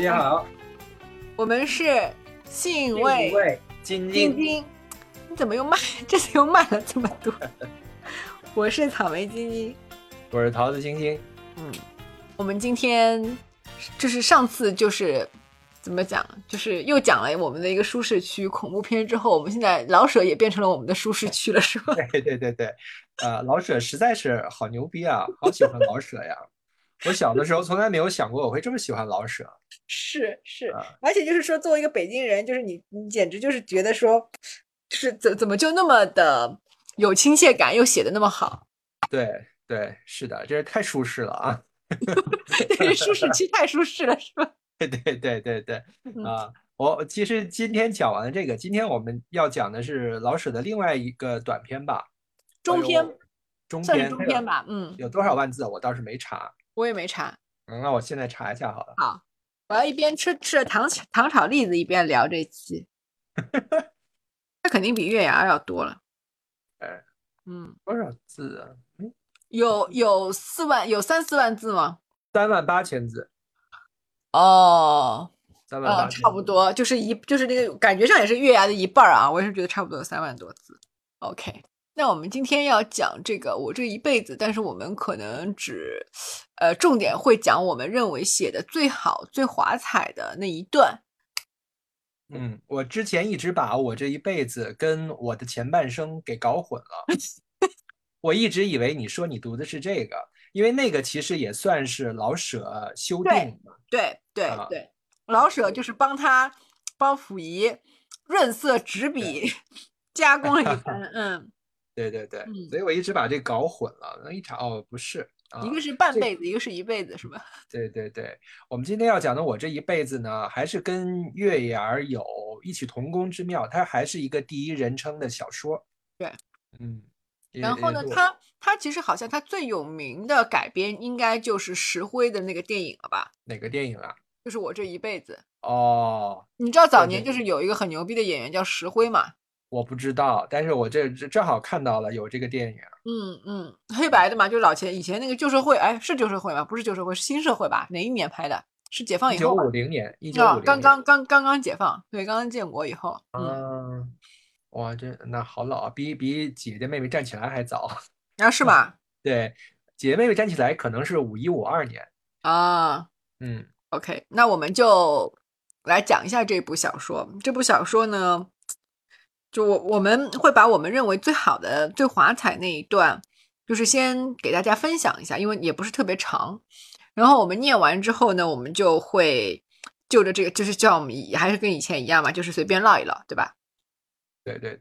家好， 我们是信味津津，你怎么又慢？这次又慢了这么多。我是草莓晶晶， 我是桃子晶晶。 我们今天就是上次就是怎么讲，就是又讲了我们的一个舒适区恐怖片之后，我们现在老舍也变成了我们的舒适区了，是吧？ 对，老舍实在是好牛逼啊，好喜欢老舍呀！我小的时候从来没有想过我会这么喜欢老舍。 是，而且就是说，作为一个北京人，就是你简直就是觉得说，就是怎么就那么的有亲切感，又写的那么好。 对，是的，这是太舒适了啊！ 对，舒适区太舒适了，是吧？ 对啊！我其实今天讲完了这个，今天我们要讲的是老舍的另外一个短篇吧， 中篇算是中篇， 中篇吧， 有多少万字我倒是没查。 我也没查。 那我现在查一下好了。 好，我要一边吃糖炒栗子一边聊这期，它肯定比月牙要多了。 哎，多少字啊？ 有三四万字吗 38000字。 哦， 38000 差不多，就是那个感觉上也是月牙的一半啊，我也是觉得差不多有3万多字。OK， 那我们今天要讲这个我这一辈子，但是我们可能重点会讲我们认为写的最好、最华彩的那一段。 我之前一直把我这一辈子跟我的前半生给搞混了。我一直以为你说你读的是这个，因为那个其实也算是老舍修订的。 对，老舍就是帮溥仪润色执笔加工了一番。 对，所以我一直把这搞混了。那一查不是啊， 一个是半辈子，一个是一辈子，是吧？ 对，我们今天要讲的我这一辈子呢，还是跟月牙有异曲同工之妙，它还是一个第一人称的小说。 对， 嗯。 然后呢，他其实好像他最有名的改编应该就是石灰的那个电影了吧？ 哪个电影啊？ 就是我这一辈子。 你知道早年就是有一个很牛逼的演员叫石灰嘛？ 我不知道，但是我这正好看到了有这个电影。 黑白的嘛，就以前那个旧社会，是旧社会吗？不是旧社会，是新社会吧？哪一年拍的？是解放以后 ？1950年，1950 年，刚刚解放，对，刚刚建国以后。 哇，那好老啊，比姐姐妹妹站起来还早。 是吗？ 对，姐姐妹妹站起来可能是51、52年啊。OK， 那我们就来讲一下这部小说。这部小说呢，就我们会把我们认为最好的、最华彩那一段，就是先给大家分享一下，因为也不是特别长。然后我们念完之后呢，我们就会就着这个，就是叫我们还是跟以前一样嘛，就是随便唠一唠，对吧？ 对。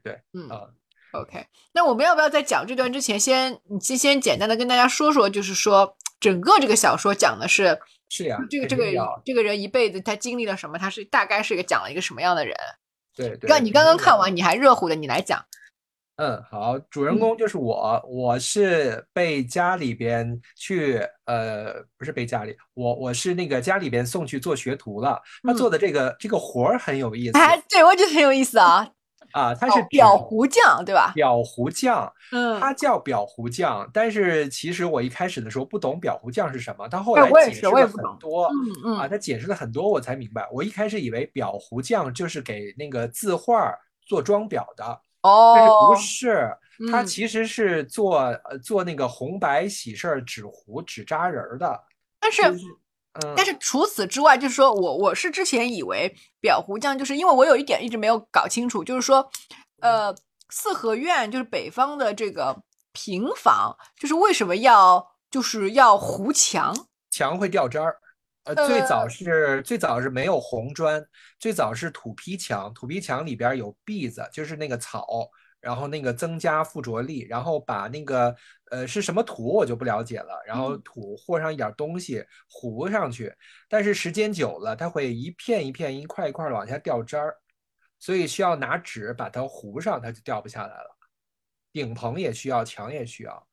OK， 那我们要不要在讲这段之前，你先简单的跟大家说说，就是说整个这个小说讲的是呀， 这个人一辈子他经历了什么，他是大概是讲了一个什么样的人？ 对， 你刚刚看完你还热乎的，你来讲。 好，主人公就是我是被家里边去不是被家里，我是那个家里边送去做学徒了。他做的这个活儿很有意思。 对，我觉得很有意思啊。 他是裱糊匠，对吧？ 裱糊匠，他叫裱糊匠，但是其实我一开始的时候不懂裱糊匠是什么，他后来解释了很多。他解释了很多，我才明白。我一开始以为裱糊匠就是给那个字画做装裱的。但是不是，他其实是做那个红白喜事纸糊纸扎人的。 但是除此之外，就是说我是之前以为裱糊匠，就是因为我有一点一直没有搞清楚，就是说四合院就是北方的这个平房，就是为什么要糊墙会掉渣儿。最早是没有红砖，最早是土坯墙，土坯墙里边有篦子，就是那个草，然后那个增加附着力，然后把那个是什么土我就不了解了，然后土和上一点东西糊上去，但是时间久了，它会一片一片、一块一块的往下掉渣儿，所以需要拿纸把它糊上，它就掉不下来了。顶棚也需要，墙也需要。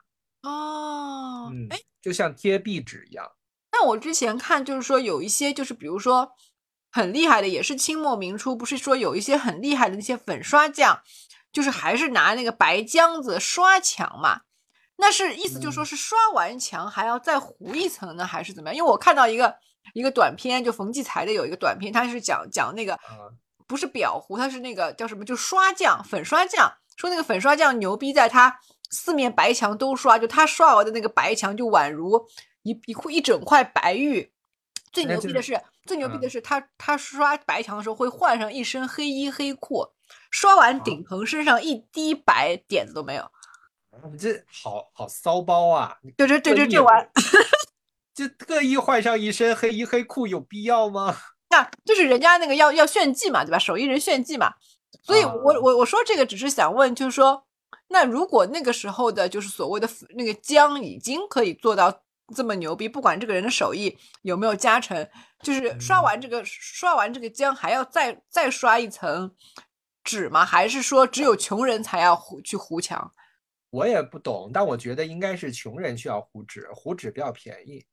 就像贴壁纸一样。 那我之前看就是说有一些就是比如说很厉害的，也是清末明初，不是说有一些很厉害的那些粉刷匠，就是还是拿那个白浆子刷墙嘛？那是意思就是说是刷完墙还要再糊一层呢，还是怎么样？因为我看到一个一个短片，就冯骥才的有一个短片，他是讲那个不是裱糊，他是那个叫什么，就刷酱，粉刷酱，说那个粉刷酱牛逼在他四面白墙都刷，就他刷完的那个白墙就宛如一整块白玉。最牛逼的是，他刷白墙的时候会换上一身黑衣黑裤，刷完顶棚身上一滴白点子都没有。 你这好骚包啊！ 这玩， 就特意换上一身黑衣黑裤，有必要吗？ 那就是人家那个要炫技嘛，对吧？手艺人炫技嘛。所以我说这个只是想问，就是说，那如果那个时候的就是所谓的那个姜已经可以做到这么牛逼，不管这个人的手艺有没有加成，就是刷完这个姜还要再刷一层纸吗？还是说只有穷人才要去糊墙？ 我也不懂，但我觉得应该是穷人需要糊纸，糊纸比较便宜。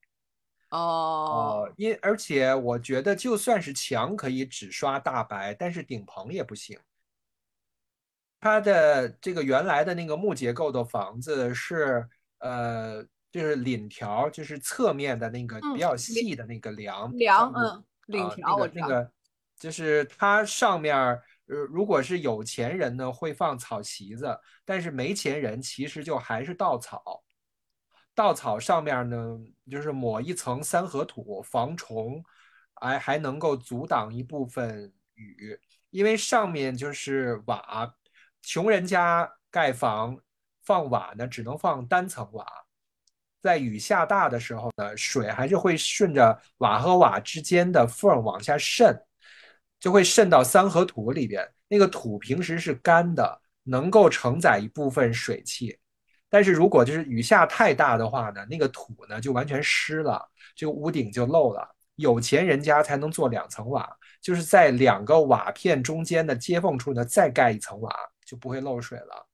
而且我觉得就算是墙可以只刷大白，但是顶棚也不行。它的这个原来的那个木结构的房子是就是檩条，就是侧面的那个比较细的那个梁， 檩条那个就是它上面如果是有钱人呢会放草席子，但是没钱人其实就还是稻草。稻草上面呢，就是抹一层三合土防虫，还能够阻挡一部分雨，因为上面就是瓦，穷人家盖房放瓦呢，只能放单层瓦，在雨下大的时候呢，水还是会顺着瓦和瓦之间的缝往下渗，就会渗到三合土里边。那个土平时是干的，能够承载一部分水汽。但是如果就是雨下太大的话呢，那个土呢就完全湿了，这个屋顶就漏了。有钱人家才能做两层瓦，就是在两个瓦片中间的接缝处呢再盖一层瓦，就不会漏水了。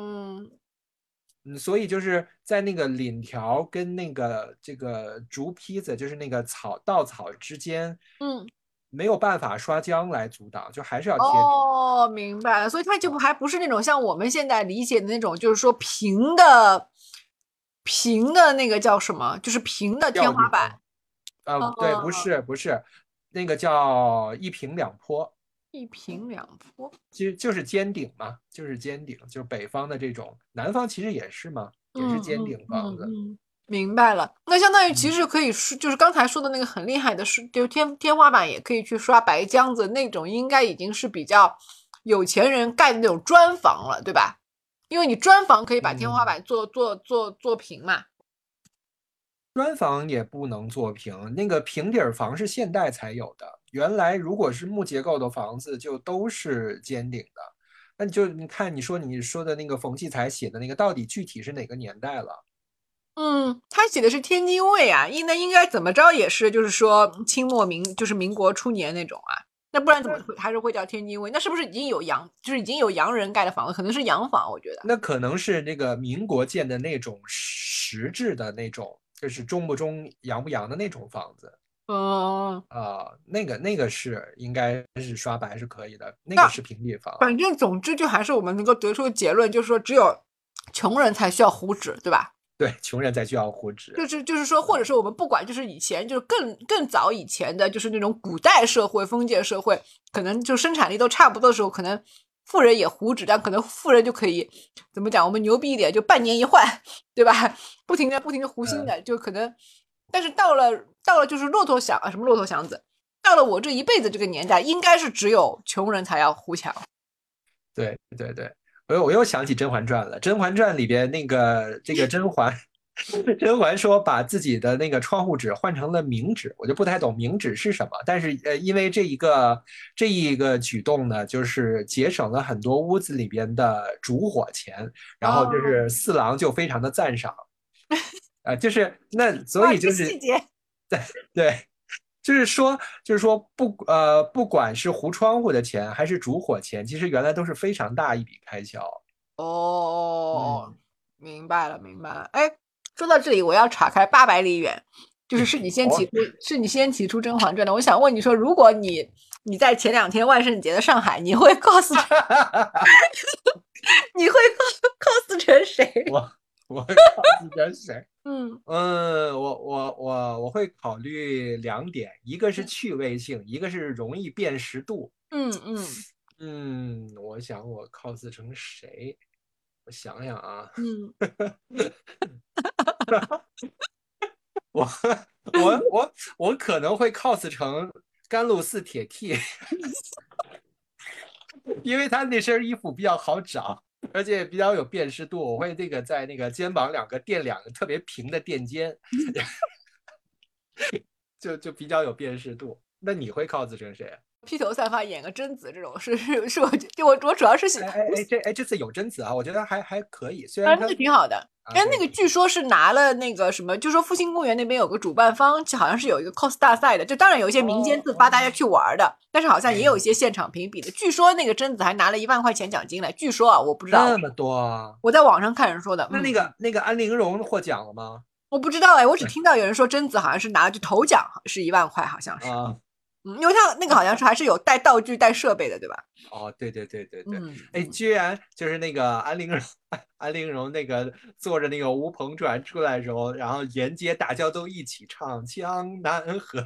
所以就是在那个檩条跟那个这个竹坯子，就是那个稻草之间，没有办法刷浆来阻挡，就还是要贴纸。 明白了，所以它就还不是那种像我们现在理解的那种，就是说平的那个叫什么，就是平的天花板。 对，不是，那个叫一平两坡。 一平两坡， 其实就是尖顶嘛，就是尖顶，就是北方的这种，南方其实也是嘛，也是尖顶房子。 明白了，那相当于其实可以就是刚才说的那个很厉害的是，就天花板也可以去刷白浆子那种，应该已经是比较有钱人盖的那种砖房了，对吧？因为你砖房可以把天花板做平嘛。 砖房也不能做平，那个平底房是现代才有的，原来如果是木结构的房子就都是尖顶的。那你看你说的那个冯骥才写的那个，到底具体是哪个年代了？ 他写的是天津卫啊，那应该怎么着也是，就是说清末就是民国初年那种啊，那不然怎么还是会叫天津卫？那是不是已经有洋人盖的房子，可能是洋房？我觉得那可能是那个民国建的那种实质的那种，就是中不中洋不洋的那种房子。那个是应该是刷白是可以的，那个是平底房。 反正总之就还是我们能够得出的结论，就是说只有穷人才需要糊纸，对吧？ 对，穷人才需要糊纸。 就是说，或者说我们不管，就是以前就是更早以前的，就是那种古代社会、封建社会，可能就生产力都差不多的时候，可能富人也糊纸，但可能富人就可以怎么讲？我们牛逼一点，就半年一换，对吧？不停的糊新的，就可能。但是到了就是什么骆驼祥子，到了我这一辈子这个年代，应该是只有穷人才要糊墙。 对，我又想起《甄嬛传》了，《甄嬛传》里边这个甄嬛，甄嬛说把自己的那个窗户纸换成了明纸，我就不太懂明纸是什么，但是因为这一个举动呢，就是节省了很多屋子里边的烛火钱，然后就是四郎就非常的赞赏，就是那所以就是细节， 对。就是说不管是糊窗户的钱还是烛火钱，其实原来都是非常大一笔开销。 明白了。哎，说到这里，我要岔开800里远，是你先提出《甄嬛传》的。我想问你说，如果你在前2天万圣节的上海，你会 cos 成谁？ 我会 cos 成谁？我会考虑2点，一个是趣味性，一个是容易辨识度。我想我 cos 成谁？我想想啊，我我可能会 cos 成甘露寺铁 T，因为他那身衣服比较好找，而且比较有辨识度。我会那个在那个肩膀垫两个特别平的垫肩，就比较有辨识度。那你会 cos 成谁？ 披头散发演个贞子这种是我主要是喜这次有贞子啊，我觉得还可以，虽然那个挺好的。那个据说是拿了那个什么，就说复兴公园那边有个主办方，好像是有一个 cos 大赛的，就当然有一些民间自发大家去玩的，但是好像也有一些现场评比的。据说那个贞子还拿了1万块钱奖金来，据说啊，我不知道那么多啊， 我在网上看人说的。 那个安陵容获奖了吗？ 我不知道哎，我只听到有人说贞子好像是拿就头奖是1万块，好像是因为他那个好像是还是有带道具带设备的，对吧？ 对，居然就是那个安陵容那个坐着那个乌篷船出来的时候，然后沿街大家都一起唱《江南河》，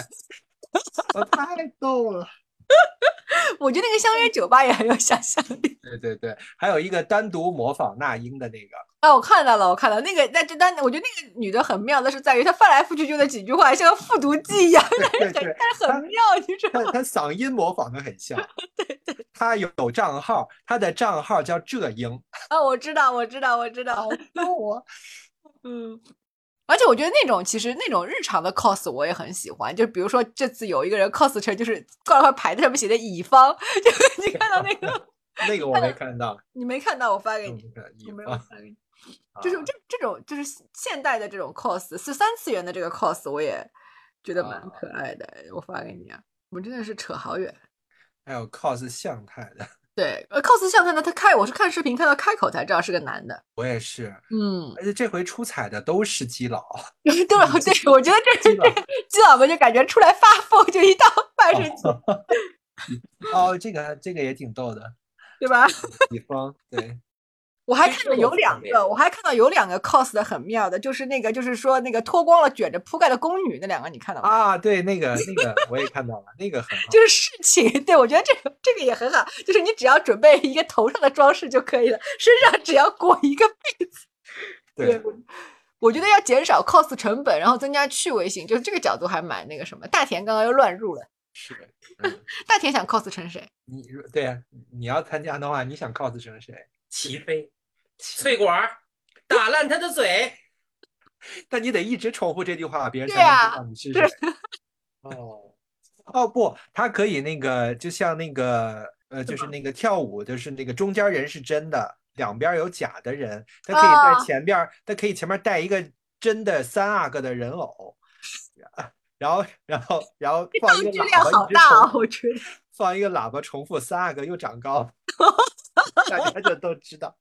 太逗了。 我觉得那个相约酒吧也很有想象力。 对，还有一个单独模仿那英的那个。 我看到了那个，我觉得那个女的很妙的是在于她翻来覆去就那几句话，像个复读机一样，但是很妙，你知道吗？ 她嗓音模仿的很像。对，她有账号，她的账号叫浙英。 我知道。 我而且我觉得其实那种日常的 cos 我也很喜欢，就比如说这次有一个人 cos 成就是挂了块牌子上面写的乙方，就你看到那个那个我没看到， 你没看到，我发给你， 我没有发给你。就是这种就是现代的这种 cos 是3次元的这个 cos 我也觉得蛮可爱的，我发给你啊。我们真的是扯好远。 还有 cos 向太的， 对，cos 向太的我是看视频看到开口才知道是个男的。 我也是，而且这回出彩的都是基佬。 对，我觉得这基佬们就感觉出来发疯，就一到办事情。这个也挺逗的， 对吧？ 乙方对。 我还看到有2个 cos 的很妙的，就是说那个脱光了卷着铺盖的宫女那2个，你看到吗？ 对，那个我也看到了，那个很好。 就是事情，对，我觉得这个也很好，就是你只要准备一个头上的装饰就可以了，身上只要裹一个被子。对，我觉得要减少 cos 成本，然后增加趣味性，就是这个角度还蛮那个什么。大田刚刚又乱入了， 是大田想 cos 成谁？ 对呀，你要参加的话，你想 cos 成谁？ 齐飞、翠管打烂他的嘴。 但你得一直重复这句话，别人才能知道你是谁。不，他可以那个，就像那个就是那个跳舞，就是那个中间人是真的，两边有假的人，他可以在前边，他可以前面带一个真的3阿哥的人偶，然后放一个喇叭， 好大，我觉得放一个喇叭重复3阿哥又长高，大家就都知道。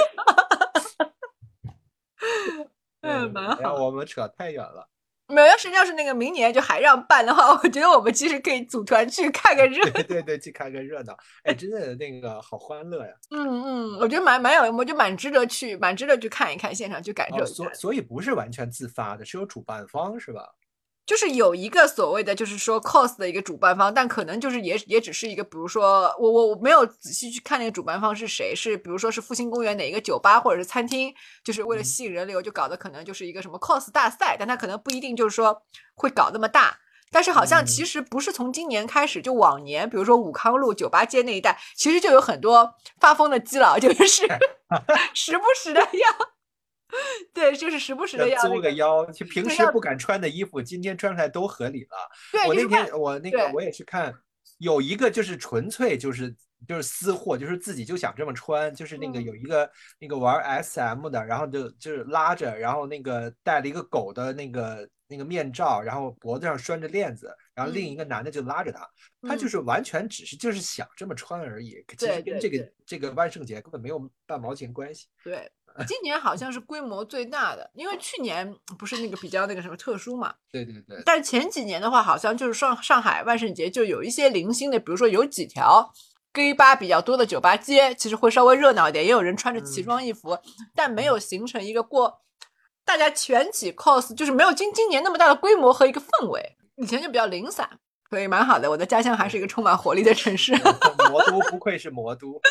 蛮好。 我们扯太远了。 没有，要是那个明年就还让办的话，我觉得我们其实可以组团去看个热闹。 对，去看个热闹。真的那个好欢乐呀。 我觉得蛮有，我觉得蛮值得去看一看，现场去感受一下。 所以不是完全自发的，是有主办方是吧？ 就是有一个所谓的就是说 cos 的一个主办方，但可能就是也只是一个，比如说我没有仔细去看那个主办方是谁，是比如说是复兴公园哪一个酒吧或者是餐厅，就是为了吸引人流就搞得可能就是一个什么 cos 大赛，但他可能不一定就是说会搞那么大。但是好像其实不是从今年开始，就往年比如说武康路酒吧街那一带，其实就有很多发疯的基佬，就是时不时的要对，就是时不时的要租个腰，就平时不敢穿的衣服，今天穿出来都合理了。 对， 我那天我也是看，有一个就是纯粹就是私货，就是自己就想这么穿，就是那个有一个那个玩 SM 的，然后就是拉着，然后那个戴了一个狗的那个面罩，然后脖子上拴着链子，然后另一个男的就拉着他就是完全只是就是想这么穿而已，其实跟这个万圣节根本没有半毛钱关系。 对。今年好像是规模最大的，因为去年不是那个比较那个什么特殊嘛。 对。 但是前几年的话，好像就是上海万圣节就有一些零星的，比如说有几条 gay 吧比较多的酒吧街，其实会稍微热闹一点，也有人穿着奇装异服，但没有形成一个大家全体 cos， 就是没有今年那么大的规模和一个氛围，以前就比较零散，所以蛮好的。我的家乡还是一个充满活力的城市。 魔都不愧是魔都。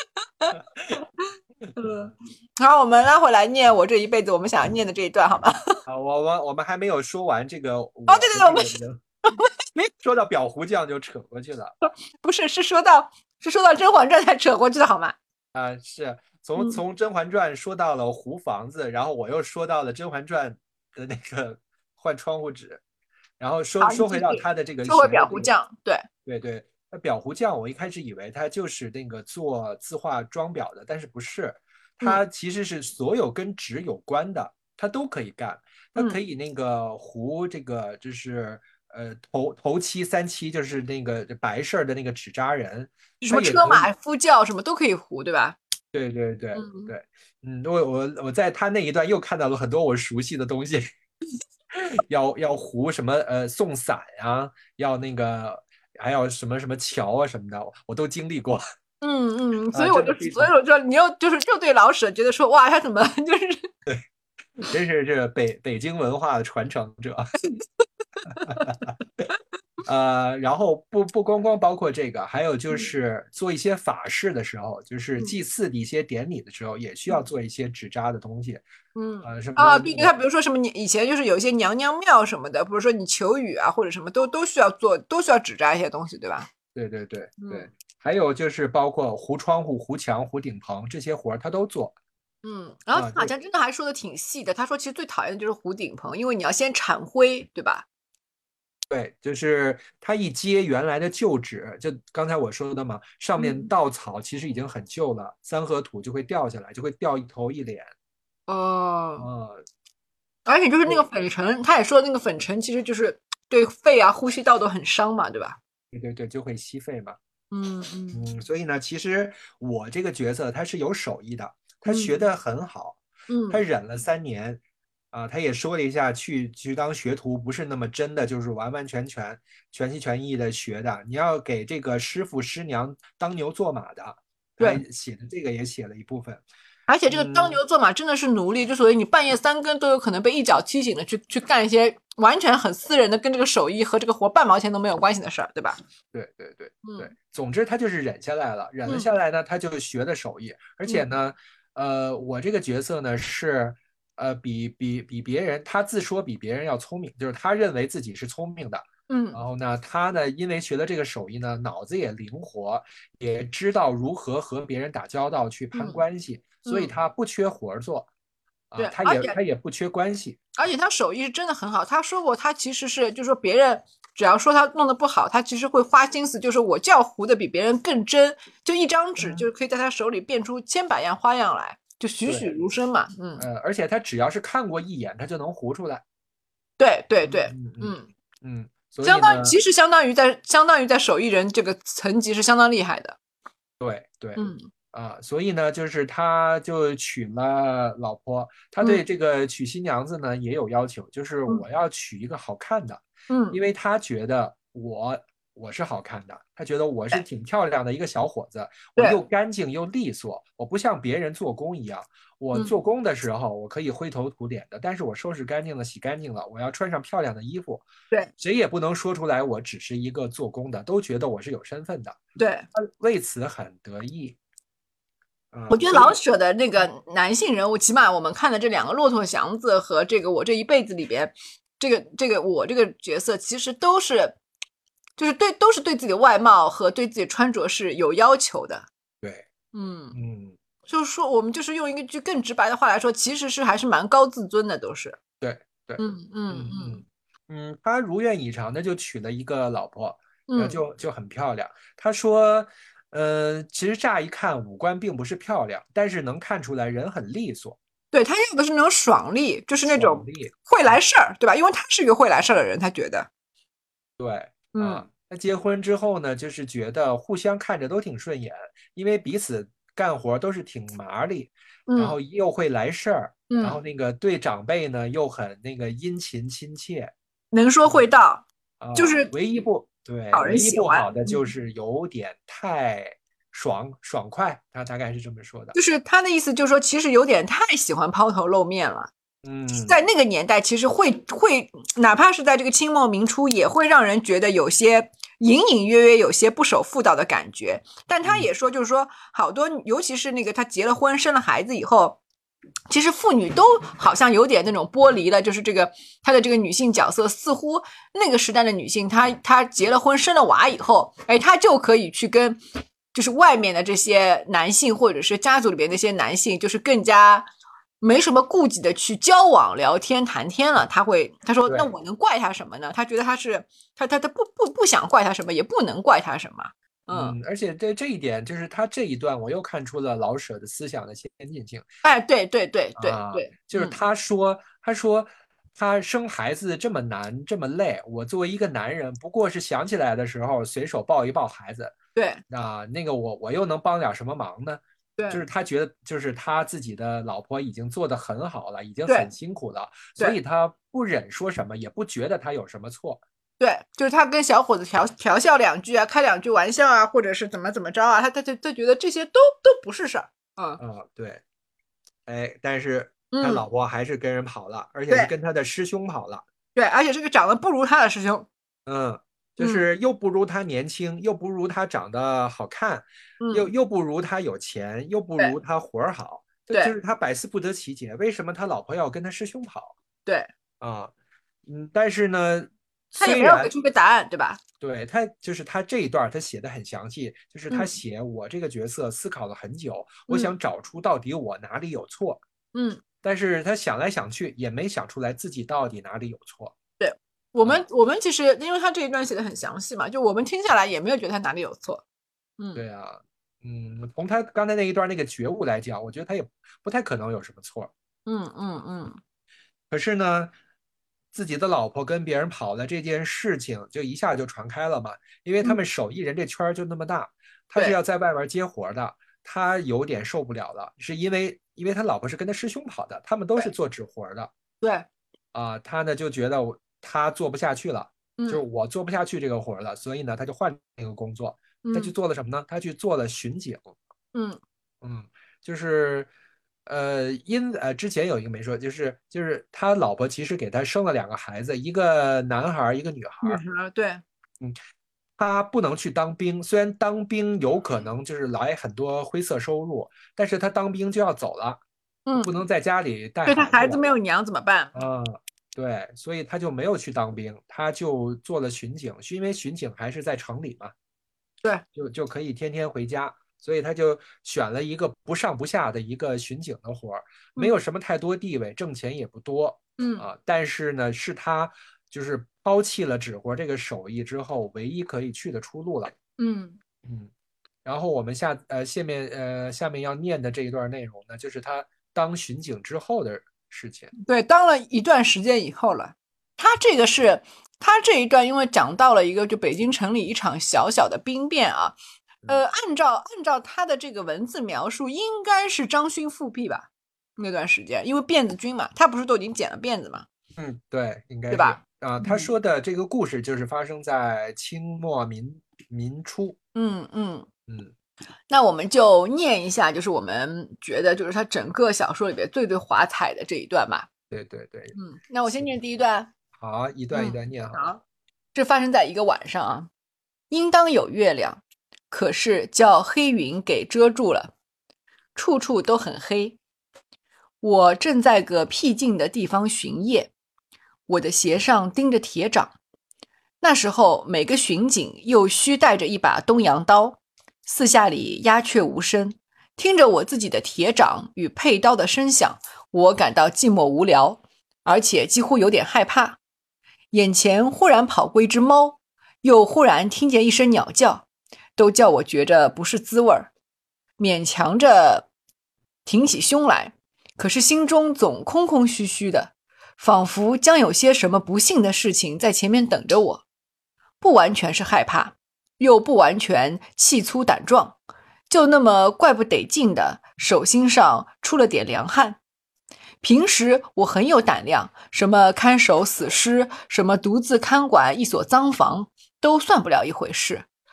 好，我们拉回来念我这一辈子我们想要念的这一段好吗？ 我们还没有说完这个。 哦，对对对，我们没说到裱糊匠就扯过去了。 不是，是说到《甄嬛传》才扯过去的好吗？ 是从《甄嬛传》说到了糊房子，然后我又说到了《甄嬛传》的那个换窗户纸，然后说回到他的这个说回裱糊匠，对。 那裱糊匠我一开始以为他就是那个做字画装裱的，但是不是，他其实是所有跟纸有关的他都可以干，他可以那个糊这个就是头漆三漆，就是那个白事儿的那个纸扎人， 什么车马夫轿什么都可以糊，对吧？ 对，我在他那一段又看到了很多我熟悉的东西。要糊什么送伞呀，要那个还要什么桥啊什么的，我都经历过。 所以我就你又就对老舍觉得说，哇，他怎么就是对，真是这北京文化的传承者。然后不光包括这个，还有就是做一些法事的时候，就是祭祀的一些典礼的时候，也需要做一些纸扎的东西。什么对，他比如说什么，以前就是有一些娘娘庙什么的，比如说你求雨啊或者什么，都需要做，都需要纸扎一些东西，对吧？ 对，还有就是包括糊窗户、糊墙、糊顶棚这些活儿，他都做。 然后他好像真的还说的挺细的，他说其实最讨厌的就是糊顶棚，因为你要先铲灰，对吧？ 对，就是它一接原来的旧纸，就刚才我说的嘛，上面稻草其实已经很旧了，三合土就会掉下来，就会掉一头一脸。 而且就是那个粉尘，他也说那个粉尘其实就是对肺啊、呼吸道都很伤嘛，对吧？ 对，就会吸肺嘛。所以呢，其实我这个角色他是有手艺的，他学得很好，他忍了3年。他也说了一下，去当学徒不是那么真的，就是完完全心全意的学的。你要给这个师傅师娘当牛做马的。对，写的这个也写了一部分。 而且这个当牛做马真的是奴隶，就所以你半夜3更都有可能被一脚踢醒了，去干一些完全很私人的，跟这个手艺和这个活半毛钱都没有关系的事儿，对吧？ 对。总之他就是忍下来了，忍了下来呢，他就学的手艺，而且呢，我这个角色呢是。比别人，他自说比别人要聪明，就是他认为自己是聪明的。然后呢，他呢，因为学了这个手艺呢，脑子也灵活，也知道如何和别人打交道，去攀关系，所以他不缺活做。 对， 他也不缺关系， 而且他手艺是真的很好。他说过，他其实是，就是说别人只要说他弄得不好，他其实会花心思，就是我就要糊的比别人更真，就一张纸，就是可以在他手里变出千百样花样来。就栩栩如生嘛， 而且他只要是看过一眼，他就能糊出来。 对， 所以呢， 其实相当于在手艺人这个层级是相当厉害的。 对，所以呢，就是他就娶了老婆，他对这个娶新娘子呢也有要求，就是我要娶一个好看的，因为他觉得我是好看的，他觉得我是挺漂亮的一个小伙子，我又干净又利索，我不像别人做工一样，我做工的时候我可以灰头土脸的，但是我收拾干净了、洗干净了，我要穿上漂亮的衣服， 对， 谁也不能说出来我只是一个做工的，都觉得我是有身份的， 对， 他为此很得意。 我觉得老舍的那个男性人物，起码我们看的这2个骆驼祥子和这个我这一辈子里边，这个我这个角色其实都是。就是都是对自己的外貌和对自己穿着是有要求的。 对， 就是说我们就是用一句更直白的话来说，其实是还是蛮高自尊的，都是。 对，他如愿以偿的就娶了一个老婆，就很漂亮。他说，其实乍一看五官并不是漂亮，但是能看出来人很利索。 对，他要的是那种爽利，就是那种会来事儿，对吧？因为他是一个会来事儿的人，他觉得。 对。那结婚之后呢，就是觉得互相看着都挺顺眼，因为彼此干活都是挺麻利，然后又会来事儿，然后那个对长辈呢又很那个殷勤亲切， 能说会道，就是唯一不好的就是有点太爽快，他大概是这么说的。 就是他的意思就是说，其实有点太喜欢抛头露面了。在那个年代，其实会哪怕是在这个清末明初，也会让人觉得有些隐隐约约有些不守妇道的感觉。但他也说，就是说好多，尤其是那个他结了婚生了孩子以后，其实妇女都好像有点那种剥离了，就是这个她的这个女性角色，似乎那个时代的女性，她结了婚生了娃以后，哎，她就可以去跟就是外面的这些男性或者是家族里边那些男性，就是更加没什么顾忌的去交往、聊天、谈天了。他说，那我能怪他什么呢？他觉得他不想怪他什么，也不能怪他什么。 而且这一点，就是他这一段，我又看出了老舍的思想的先进性。 哎，对， 就是他说他生孩子这么难这么累，我作为一个男人，不过是想起来的时候随手抱一抱孩子。 对那个我又能帮点什么忙呢？ 对， 就是他觉得，就是他自己的老婆已经做得很好了，已经很辛苦了，所以他不忍说什么，也不觉得他有什么错。 对，就是他跟小伙子调笑2句啊，开2句玩笑啊，或者是怎么着啊，他觉得这些都不是事儿。 对，哎，但是他老婆还是跟人跑了，而且是跟他的师兄跑了。 对，而且这个长得不如他的师兄。 就是又不如他年轻，又不如他长得好看，又不如他有钱，又不如他活儿好，就是他百思不得其解，为什么他老婆要跟他师兄跑？ 对但是呢， 他也没有给出个答案，对吧？ 对，他就是他这一段他写的很详细，就是他写我这个角色思考了很久，我想找出到底我哪里有错，但是他想来想去也没想出来自己到底哪里有错。 对，我们其实因为他这一段写的很详细嘛，就我们听下来也没有觉得他哪里有错。 对啊，从他刚才那一段那个觉悟来讲，我觉得他也不太可能有什么错。可是呢，自己的老婆跟别人跑了这件事情，就一下就传开了嘛。因为他们手艺人这圈就那么大，他是要在外边接活的，他有点受不了了，是因为他老婆是跟他师兄跑的，他们都是做纸活的。 对他呢就觉得他做不下去了，就是我做不下去这个活了，所以呢他就换一个工作，他去做了什么呢？他去做了巡警。就是之前有一个没说，就是他老婆其实给他生了2个孩子，一个男孩一个女孩。 对， 他不能去当兵，虽然当兵有可能就是来很多灰色收入，但是他当兵就要走了，不能在家里带孩子。 对，他孩子没有娘怎么办？ 对，所以他就没有去当兵，他就做了巡警，因为巡警还是在城里嘛， 对， 就可以天天回家。所以他就选了一个不上不下的一个巡警的活儿，没有什么太多地位，挣钱也不多，但是呢，是他就是抛弃了纸活这个手艺之后，唯一可以去的出路了。然后我们下面要念的这一段内容呢，就是他当巡警之后的事情。 对，当了一段时间以后了，他这一段，因为讲到了一个就北京城里一场小小的兵变啊。按照他的这个文字描述，应该是张勋复辟吧？那段时间，因为辫子军嘛，他不是都已经剪了辫子嘛？ 对，应该是对吧？ 他说的这个故事就是发生在清末民初。 那我们就念一下，就是我们觉得就是他整个小说里边最华彩的这一段吧。 对。 那我先念第一段。 好，一段一段念好。这发生在一个晚上啊，应当有月亮。可是叫黑云给遮住了，处处都很黑。我正在个僻静的地方巡夜，我的鞋上钉着铁掌。那时候每个巡警又须带着一把东洋刀，四下里鸦雀无声。听着我自己的铁掌与佩刀的声响，我感到寂寞无聊，而且几乎有点害怕。眼前忽然跑过一只猫，又忽然听见一声鸟叫，都叫我觉着不是滋味儿，勉强着挺起胸来，可是心中总空空虚虚的，仿佛将有些什么不幸的事情在前面等着我。不完全是害怕，又不完全气粗胆壮，就那么怪不得劲的，手心上出了点凉汗。平时我很有胆量，什么看守死尸，什么独自看管一所脏房，都算不了一回事。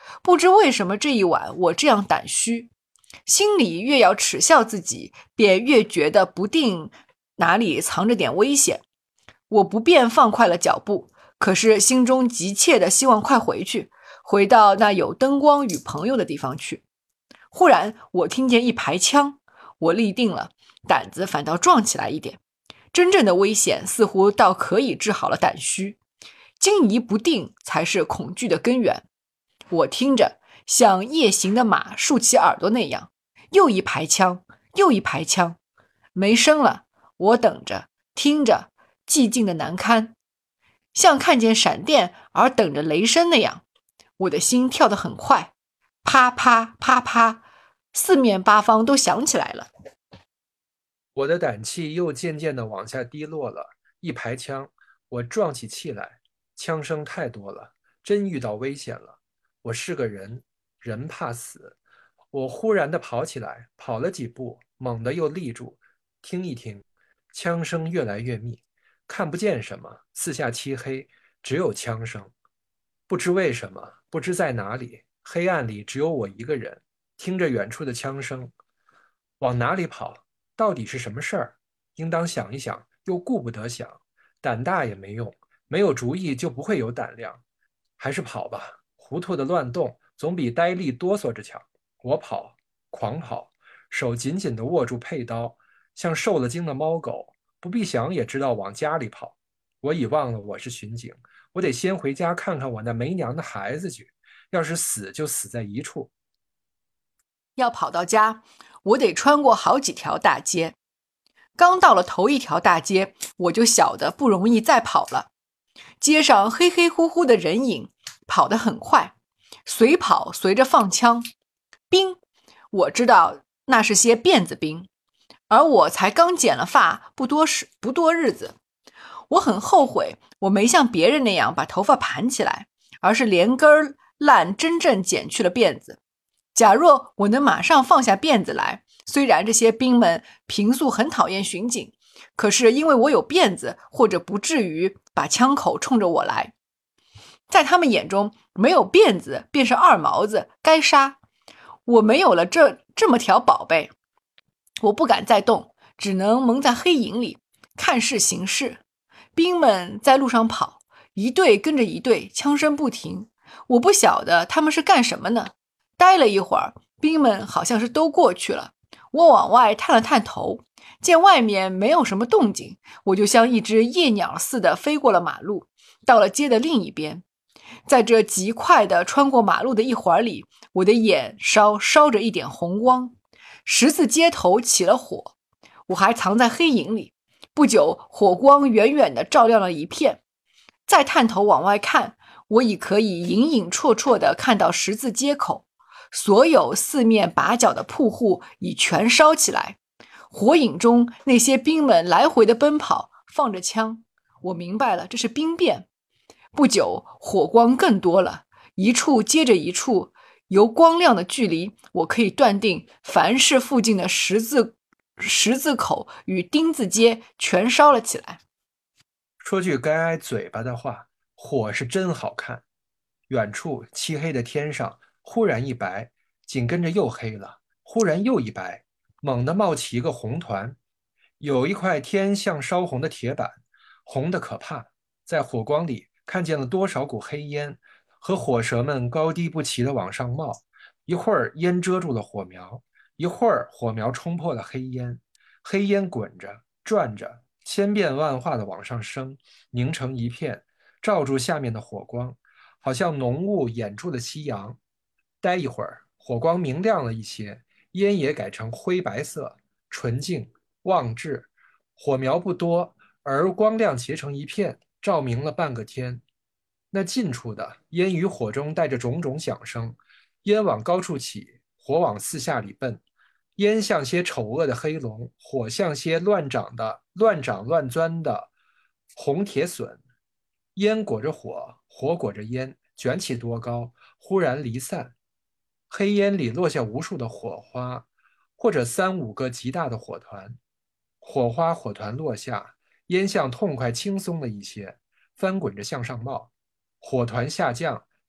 不知为什么这一晚我这样胆虚，心里越要耻笑自己，便越觉得不定哪里藏着点危险。我不便放快了脚步，可是心中急切的希望快回到那有灯光与朋友的地方去。忽然我听见一排枪，我立定了，胆子反倒壮起来一点。真正的危险似乎倒可以治好了胆虚，惊疑不定才是恐惧的根源。我听着像夜行的马竖起耳朵那样，又一排枪，又一排枪，没声了。我等着听着，寂静的难堪，像看见闪电而等着雷声那样。我的心跳得很快，啪啪啪啪，四面八方都响起来了。 我的胆气又渐渐地往下滴落了，一排枪，我壮起气来，枪声太多了，真遇到危险了。我是个人，人怕死。我忽然地跑起来，跑了几步，猛地又立住，听一听，枪声越来越密，看不见什么，四下漆黑，只有枪声。不知为什么，不知在哪里，黑暗里只有我一个人，听着远处的枪声，往哪里跑？到底是什么事儿？应当想一想，又顾不得想，胆大也没用，没有主意就不会有胆量，还是跑吧。糊涂的乱动，总比呆立哆嗦着强。我跑，狂跑，手紧紧地握住佩刀，像受了惊的猫狗，不必想也知道往家里跑。我已忘了我是巡警，我得先回家看看我那没娘的孩子去。要是死就死在一处。 要跑到家，我得穿过好几条大街。刚到了头一条大街，我就晓得不容易再跑了。街上黑黑乎乎的人影，跑得很快，随跑随着放枪。兵，我知道那是些辫子兵，而我才刚剪了发，不多日子。我很后悔，我没像别人那样把头发盘起来，而是连根烂真正剪去了辫子。假若我能马上放下辫子来，虽然这些兵们平素很讨厌巡警，可是因为我有辫子，或者不至于把枪口冲着我来。在他们眼中，没有辫子便是二毛子，该杀。我没有了这么条宝贝，我不敢再动，只能蒙在黑影里看事行事。兵们在路上跑，一队跟着一队，枪声不停。我不晓得他们是干什么呢。待了一会儿，兵们好像是都过去了。我往外探了探头，见外面没有什么动静，我就像一只夜鸟似的飞过了马路，到了街的另一边。在这极快的穿过马路的一会儿里，我的眼烧着一点红光，十字街头起了火，我还藏在黑影里。不久，火光远远地照亮了一片。再探头往外看，我已可以隐隐绰绰地看到十字街口，所有四面八角的铺户已全烧起来。火影中，那些兵们来回的奔跑，放着枪。我明白了，这是兵变。不久，火光更多了，一处接着一处，由光亮的距离，我可以断定，凡是附近的十字口与丁字街全烧了起来。 说句该挨嘴巴的话，火是真好看。远处漆黑的天上忽然一白，紧跟着又黑了，忽然又一白，猛地冒起一个红团。有一块天像烧红的铁板，红的可怕。在火光里看见了多少股黑烟，和火舌们高低不齐地往上冒。一会儿烟遮住了火苗，一会儿火苗冲破了黑烟，黑烟滚着转着，千变万化地往上升，凝成一片，照住下面的火光，好像浓雾掩住了夕阳。待一会儿，火光明亮了一些，烟也改成灰白色，纯净望至。火苗不多，而光亮结成一片，照明了半个天。那近处的烟与火中带着种种响声，烟往高处起，火往四下里奔。烟像些丑恶的黑龙，火像些乱长乱钻的红铁笋。烟裹着火，火裹着烟，卷起多高，忽然离散。黑烟里落下无数的火花，或者3、5个极大的火团。火花火团落下，烟像痛快轻松了一些，翻滚着向上冒。火团下降，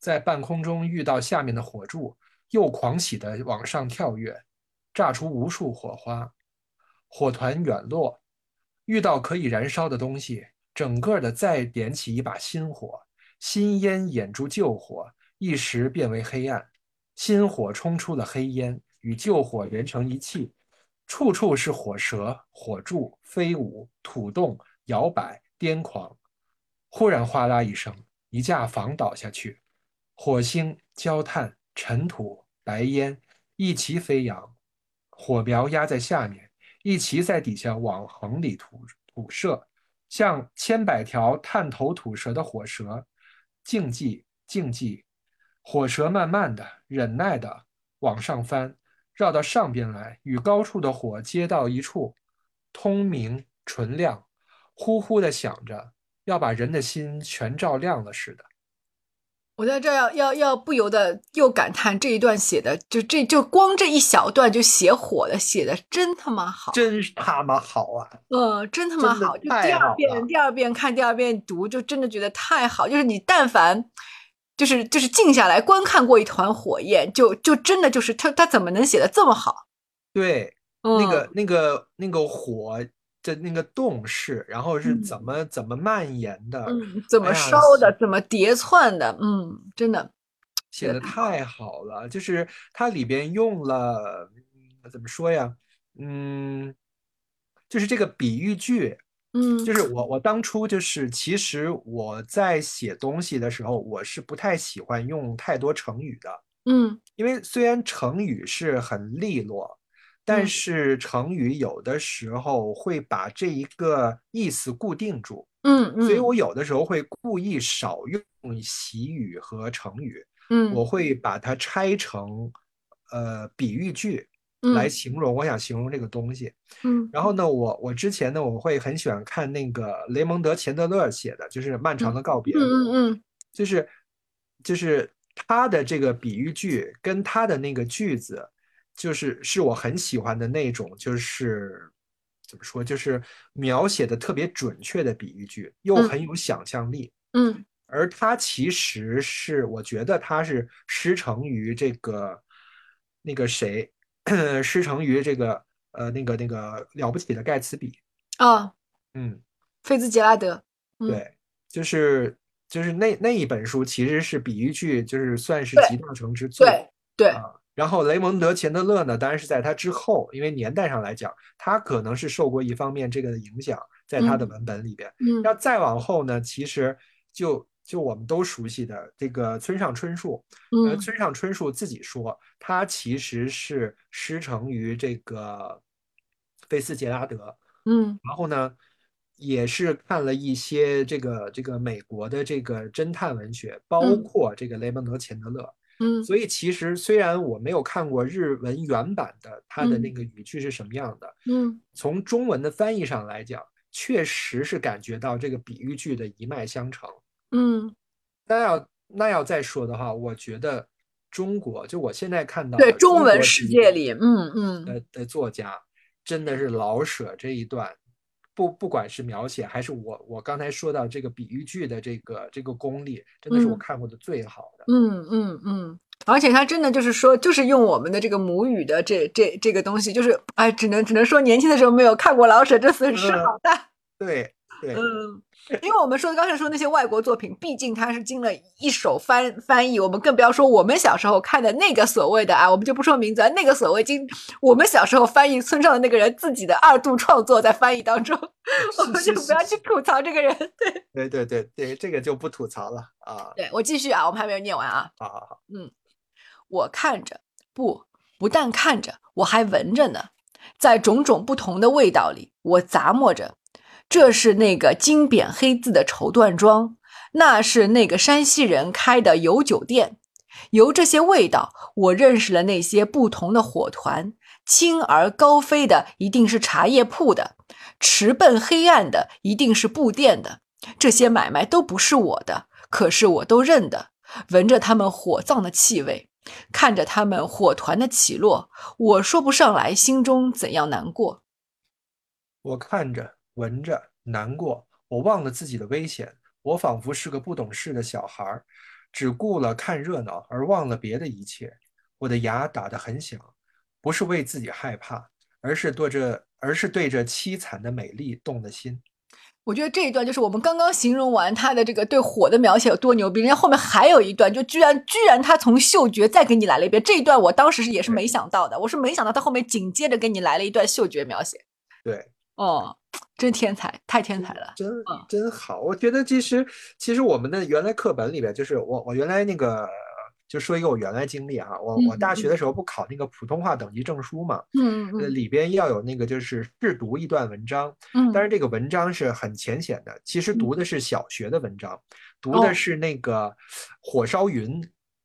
在半空中遇到下面的火柱，又狂喜地往上跳跃，炸出无数火花，火团远落，遇到可以燃烧的东西，整个的再点起一把新火，新烟掩住旧火，一时变为黑暗，新火冲出了黑烟，与旧火连成一气，处处是火舌、火柱飞舞、土动、摇摆、癫狂。忽然哗啦一声，一架房倒下去，火星、焦炭、尘土、白烟一齐飞扬，火苗压在下面，一齐在底下往横里吐射，像千百条探头吐舌的火蛇，竞技竞技，火蛇慢慢的、忍耐的往上翻，绕到上边来，与高处的火接到一处，通明纯亮，呼呼的响着，要把人的心全照亮了似的。 我在这要不由得又感叹这一段写的就光这一小段就写火的写的真他妈好， 真他妈好啊！ 真他妈好，就第二遍看第二遍读，就真的觉得太好。就是你但凡就是静下来观看过一团火焰，就真的就是他怎么能写的这么好？ 对，那个火的那个动势，然后是怎么蔓延的， 怎么烧的，怎么叠窜的，真的写的太好了。就是它里边用了怎么说呀？就是这个比喻句，就是我当初就是其实我在写东西的时候，我是不太喜欢用太多成语的，因为虽然成语是很利落。但是成语有的时候会把这一个意思固定住，所以我有的时候会故意少用习语和成语，我会把它拆成比喻句来形容我想形容这个东西。然后呢，我之前呢，我会很喜欢看那个雷蒙德·钱德勒写的，就是《漫长的告别》，就是他的这个比喻句跟他的那个句子。是我很喜欢的那种，就是怎么说，就是描写的特别准确的比喻句，又很有想象力。而它其实是，我觉得它是师承于这个那个谁，师承于这个那个了不起的盖茨比啊， 菲兹杰拉德， 对，就是那一本书其实是比喻句，就是算是集大成之作。 对。 然后雷蒙德·钱德勒呢，当然是在他之后，因为年代上来讲，他可能是受过一方面这个的影响，在他的文本里边。要再往后呢，其实就我们都熟悉的这个村上春树，村上春树自己说，他其实是师承于这个菲斯杰拉德，然后呢，也是看了一些这个美国的这个侦探文学，包括这个雷蒙德·钱德勒。所以其实虽然我没有看过日文原版的，它的那个语句是什么样的，从中文的翻译上来讲，确实是感觉到这个比喻句的一脉相承。那要再说的话，我觉得中国就我现在看到的中文世界里， 的作家真的是老舍这一段。不管是描写还是我刚才说到这个比喻句的这个功力，真的是我看过的最好的。 而且他真的就是说，就是用我们的这个母语的这个东西，就是只能说年轻的时候没有看过老舍，这损失好大。 对， 因为我们刚才说那些外国作品，毕竟它是经了一手翻译，我们更不要说我们小时候看的那个所谓的我们就不说名字，那个所谓我们小时候翻译村上的那个人自己的2度创作在翻译当中，我们就不要去吐槽这个人。 对，这个就不吐槽了啊。 对，我继续我们还没有念完啊。 好。 我看着，不但看着，我还闻着呢，在种种不同的味道里，我咂摸着。这是那个金匾黑字的绸缎庄，那是那个山西人开的油酒店。由这些味道，我认识了那些不同的火团，轻而高飞的一定是茶叶铺的，迟笨黑暗的一定是布店的。这些买卖都不是我的，可是我都认得，闻着他们火葬的气味，看着他们火团的起落，我说不上来心中怎样难过。 我看着闻着难过，我忘了自己的危险，我仿佛是个不懂事的小孩， 只顾了看热闹，而忘了别的一切。我的牙打得很响，不是为自己害怕，而是对着凄惨的美丽动了心。 我觉得这一段就是我们刚刚形容完他的这个对火的描写有多牛逼，人家后面还有一段，就居然他从嗅觉再给你来了一遍。这一段我当时也是没想到的，我是没想到他后面紧接着给你来了一段嗅觉描写。 对， 真天才，太天才了， 真好。我觉得其实我们的原来课本里边，就是我原来那个。就说一个我原来经历啊，我大学的时候不考那个普通话等级证书嘛，里边要有那个就是试读一段文章，但是这个文章是很浅显的，其实读的是小学的文章，读的是那个火烧云，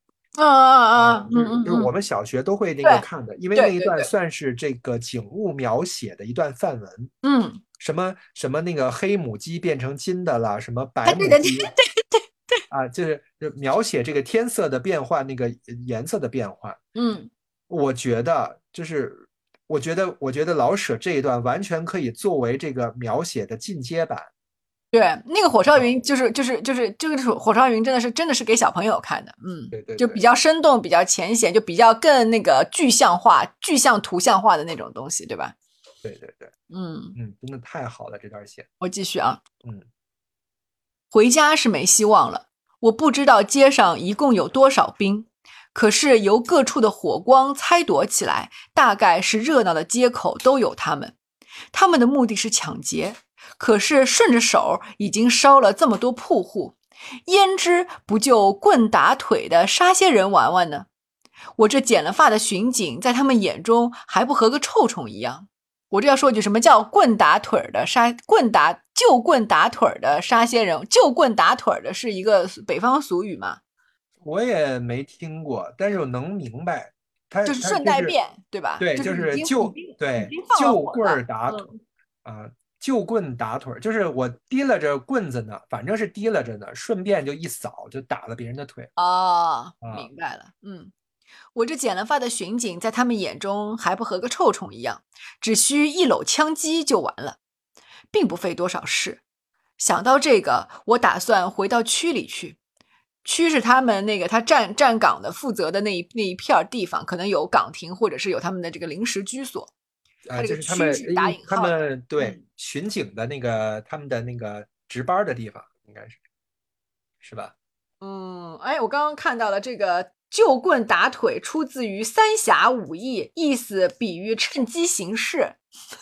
就是我们小学都会那个看的，因为那一段算是这个景物描写的一段范文，什么那个黑母鸡变成金的了，什么白母鸡。啊，就是描写这个天色的变换，那个颜色的变换。我觉得老舍这一段完全可以作为这个描写的进阶版。 对，那个火烧云就是这个火烧云真的是给小朋友看的。 对， 就比较生动，比较浅显，就比较更那个具象化、具象图像化的那种东西，对吧？ 对，真的太好了，这段写。 我继续啊，回家是没希望了。我不知道街上一共有多少兵，可是由各处的火光猜躲起来，大概是热闹的街口都有他们。他们的目的是抢劫，可是顺着手已经烧了这么多铺户，焉知不就棍打腿的杀些人玩玩呢？我这剪了发的巡警在他们眼中还不和个臭虫一样。我这要说句什么叫棍打腿的杀就棍打腿的杀些人，就棍打腿的是一个北方俗语吗？ 我也没听过，但是我能明白，它就是顺带变，对吧？ 对，就是就棍打腿啊，就棍打腿，就是我提拉着棍子呢，反正是提拉着呢，顺便就一扫就打了别人的腿。 明白了，我这剪了发的巡警在他们眼中还不和个臭虫一样，只需一搂枪击就完了，并不费多少事。想到这个，我打算回到区里去。区是他们那个他站岗的负责的那一片地方，可能有岗亭或者是有他们的这个临时居所。 就是他们对巡警的那个他们的那个值班的地方，应该是吧？ 我刚刚看到了这个就棍打腿出自于三峡武艺，意思比喻趁机行事。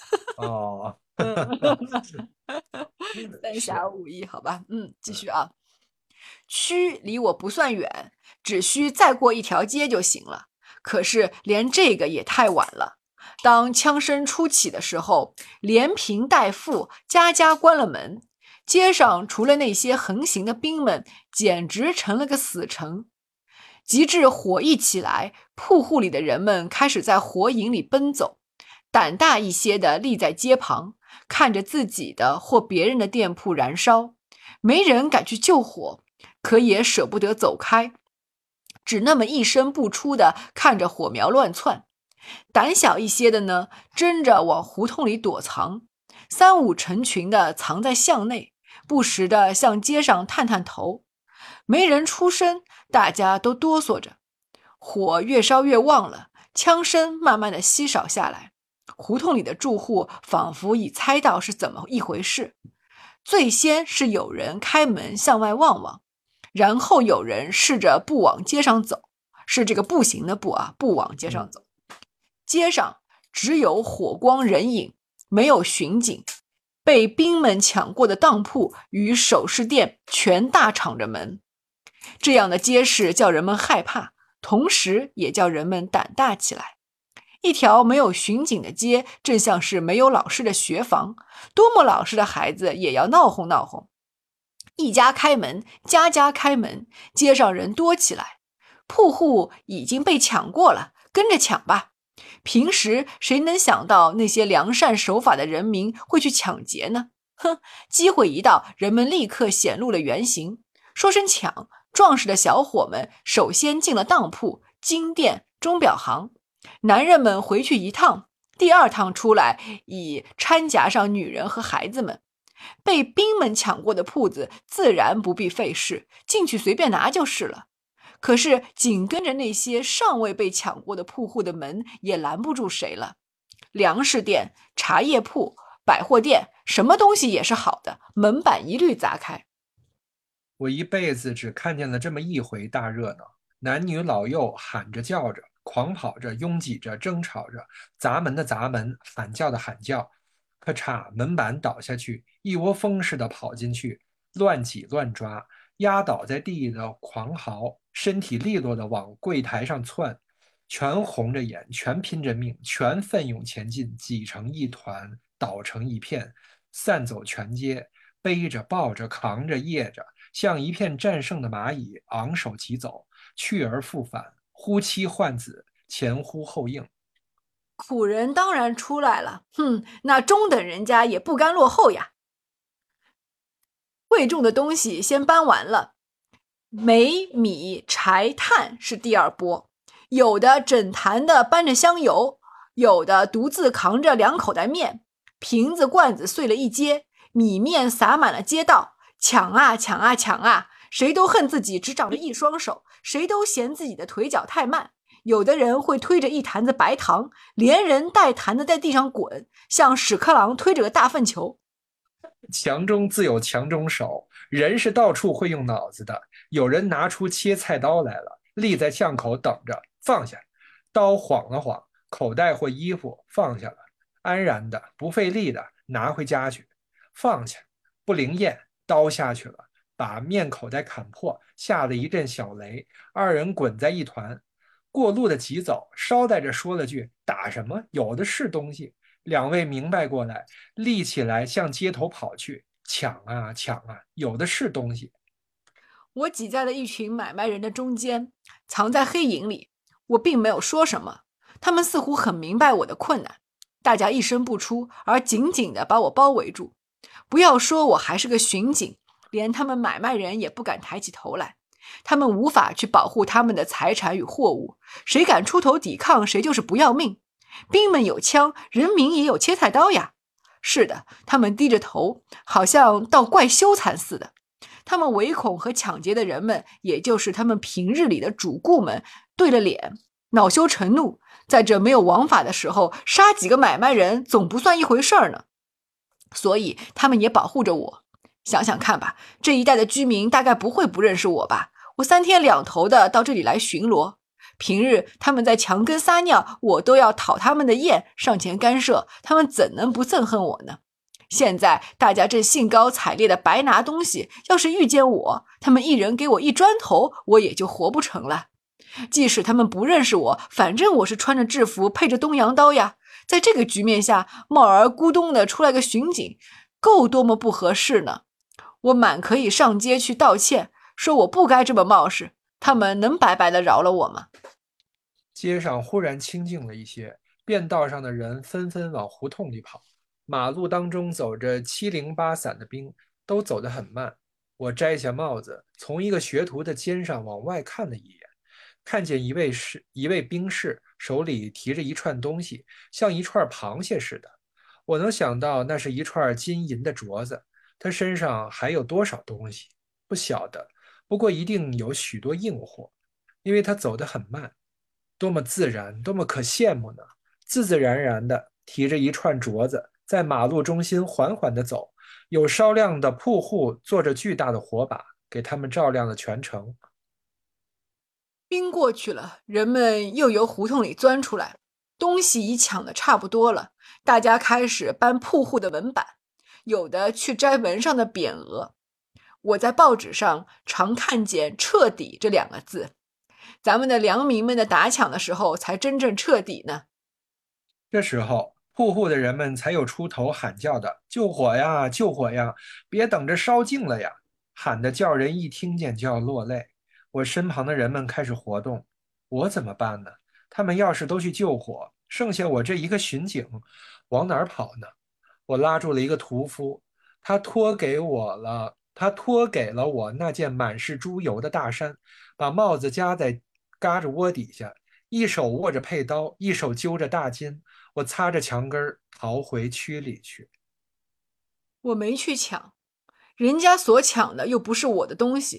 三峡武艺，好吧，继续啊。区离我不算远，只需再过一条街就行了。可是连这个也太晚了。当枪声初起的时候，连贫带富家家关了门，街上除了那些横行的兵们，简直成了个死城。及至火一起来，铺户里的人们开始在火影里奔走，胆大一些的立在街旁，看着自己的或别人的店铺燃烧，没人敢去救火，可也舍不得走开，只那么一声不出的看着火苗乱窜。胆小一些的呢，争着往胡同里躲藏，三五成群的藏在巷内，不时的向街上探探头。没人出声，大家都哆嗦着。火越烧越旺了，枪声慢慢的稀少下来。胡同里的住户仿佛已猜到是怎么一回事。最先是有人开门向外望望，然后有人试着步往街上走，是这个步行的步啊，步往街上走。街上只有火光人影，没有巡警。被兵们抢过的当铺与首饰店全大敞着门。这样的街市叫人们害怕，同时也叫人们胆大起来。一条没有巡警的街，正像是没有老师的学房，多么老实的孩子也要闹哄闹哄。一家开门，家家开门，街上人多起来。铺户已经被抢过了，跟着抢吧。平时谁能想到那些良善守法的人民会去抢劫呢？机会一到，人们立刻显露了原形。说声抢，壮实的小伙们首先进了当铺、金店、钟表行。男人们回去一趟，第二趟出来，已掺夹上女人和孩子们。被兵们抢过的铺子自然不必费事，进去随便拿就是了。 可是紧跟着那些尚未被抢过的铺户的门也拦不住谁了。粮食店、茶叶铺、百货店，什么东西也是好的，门板一律砸开。 我一辈子只看见了这么一回大热闹，男女老幼喊着叫着，狂跑着，拥挤着，争吵着，砸门的砸门，喊叫的喊叫。咔嚓，门板倒下去，一窝蜂似的跑进去，乱挤乱抓，压倒在地的狂嚎，身体利落的往柜台上窜，全红着眼，全拼着命，全奋勇前进，挤成一团，倒成一片，散走全街，背着抱着扛着掖着，像一片战胜的蚂蚁，昂首疾走，去而复返，呼妻唤子，前呼后应。 苦人当然出来了，那中等人家也不甘落后呀。贵重的东西先搬完了，煤、米、柴、炭是第二波，有的整坛的搬着香油，有的独自扛着2口袋面，瓶子罐子碎了一街，米面洒满了街道，抢啊抢啊抢啊，谁都恨自己只长着一双手，谁都嫌自己的腿脚太慢。有的人会推着一坛子白糖，连人带坛的在地上滚，像屎壳郎推着个大粪球。 强中自有强中手，人是到处会用脑子的。有人拿出切菜刀来了，立在巷口等着，放下，刀晃了晃，口袋或衣服放下了，安然的不费力的拿回家去，放下，不灵验，刀下去了，把面口袋砍破，吓得一阵小雷，二人滚在一团。过路的急走，捎带着说了句：“打什么？有的是东西。”两位明白过来，立起来向街头跑去，抢啊抢啊，有的是东西。 我挤在了一群买卖人的中间，藏在黑影里。我并没有说什么，他们似乎很明白我的困难，大家一声不出，而紧紧地把我包围住。不要说我还是个巡警，连他们买卖人也不敢抬起头来。他们无法去保护他们的财产与货物，谁敢出头抵抗，谁就是不要命。兵们有枪，人民也有切菜刀呀。是的，他们低着头，好像到怪羞惭似的。他们唯恐和抢劫的人们，也就是他们平日里的主顾们，对了脸，恼羞成怒。在这没有王法的时候，杀几个买卖人总不算一回事儿呢。所以他们也保护着我。想想看吧，这一带的居民大概不会不认识我吧？我3天2头的到这里来巡逻，平日他们在墙根撒尿，我都要讨他们的厌，上前干涉，他们怎能不憎恨我呢？现在大家正兴高采烈的白拿东西，要是遇见我，他们一人给我一砖头，我也就活不成了。即使他们不认识我，反正我是穿着制服，配着东洋刀呀。在这个局面下，冒而咕咚的出来个巡警，够多么不合适呢？我满可以上街去道歉，说我不该这么冒失，他们能白白的饶了我吗？ 街上忽然清静了一些，便道上的人纷纷往胡同里跑。马路当中走着七零八散的兵，都走得很慢。我摘下帽子，从一个学徒的肩上往外看了一眼，看见一位兵士手里提着一串东西，像一串螃蟹似的。我能想到那是一串金银的镯子。他身上还有多少东西？不晓得，不过一定有许多硬货，因为他走得很慢。多么自然，多么可羡慕呢！自自然然的提着一串镯子，在马路中心缓缓地走，有稍亮的铺户坐着巨大的火把，给他们照亮了全城。 兵过去了，人们又由胡同里钻出来，东西已抢得差不多了，大家开始搬铺户的门板，有的去摘门上的匾额。我在报纸上常看见彻底这2个字，咱们的良民们的打抢的时候才真正彻底呢。 这时候铺户的人们才有出头喊叫的：救火呀，救火呀，别等着烧尽了呀，喊的叫人一听见就要落泪。我身旁的人们开始活动，我怎么办呢？他们要是都去救火，剩下我这一个巡警，往哪儿跑呢？我拉住了一个屠夫，他托给了我那件满是猪油的大衫，把帽子夹在嘎着窝底下，一手握着佩刀，一手揪着大筋。我擦着墙根逃回区里去。 我没去抢，人家所抢的又不是我的东西，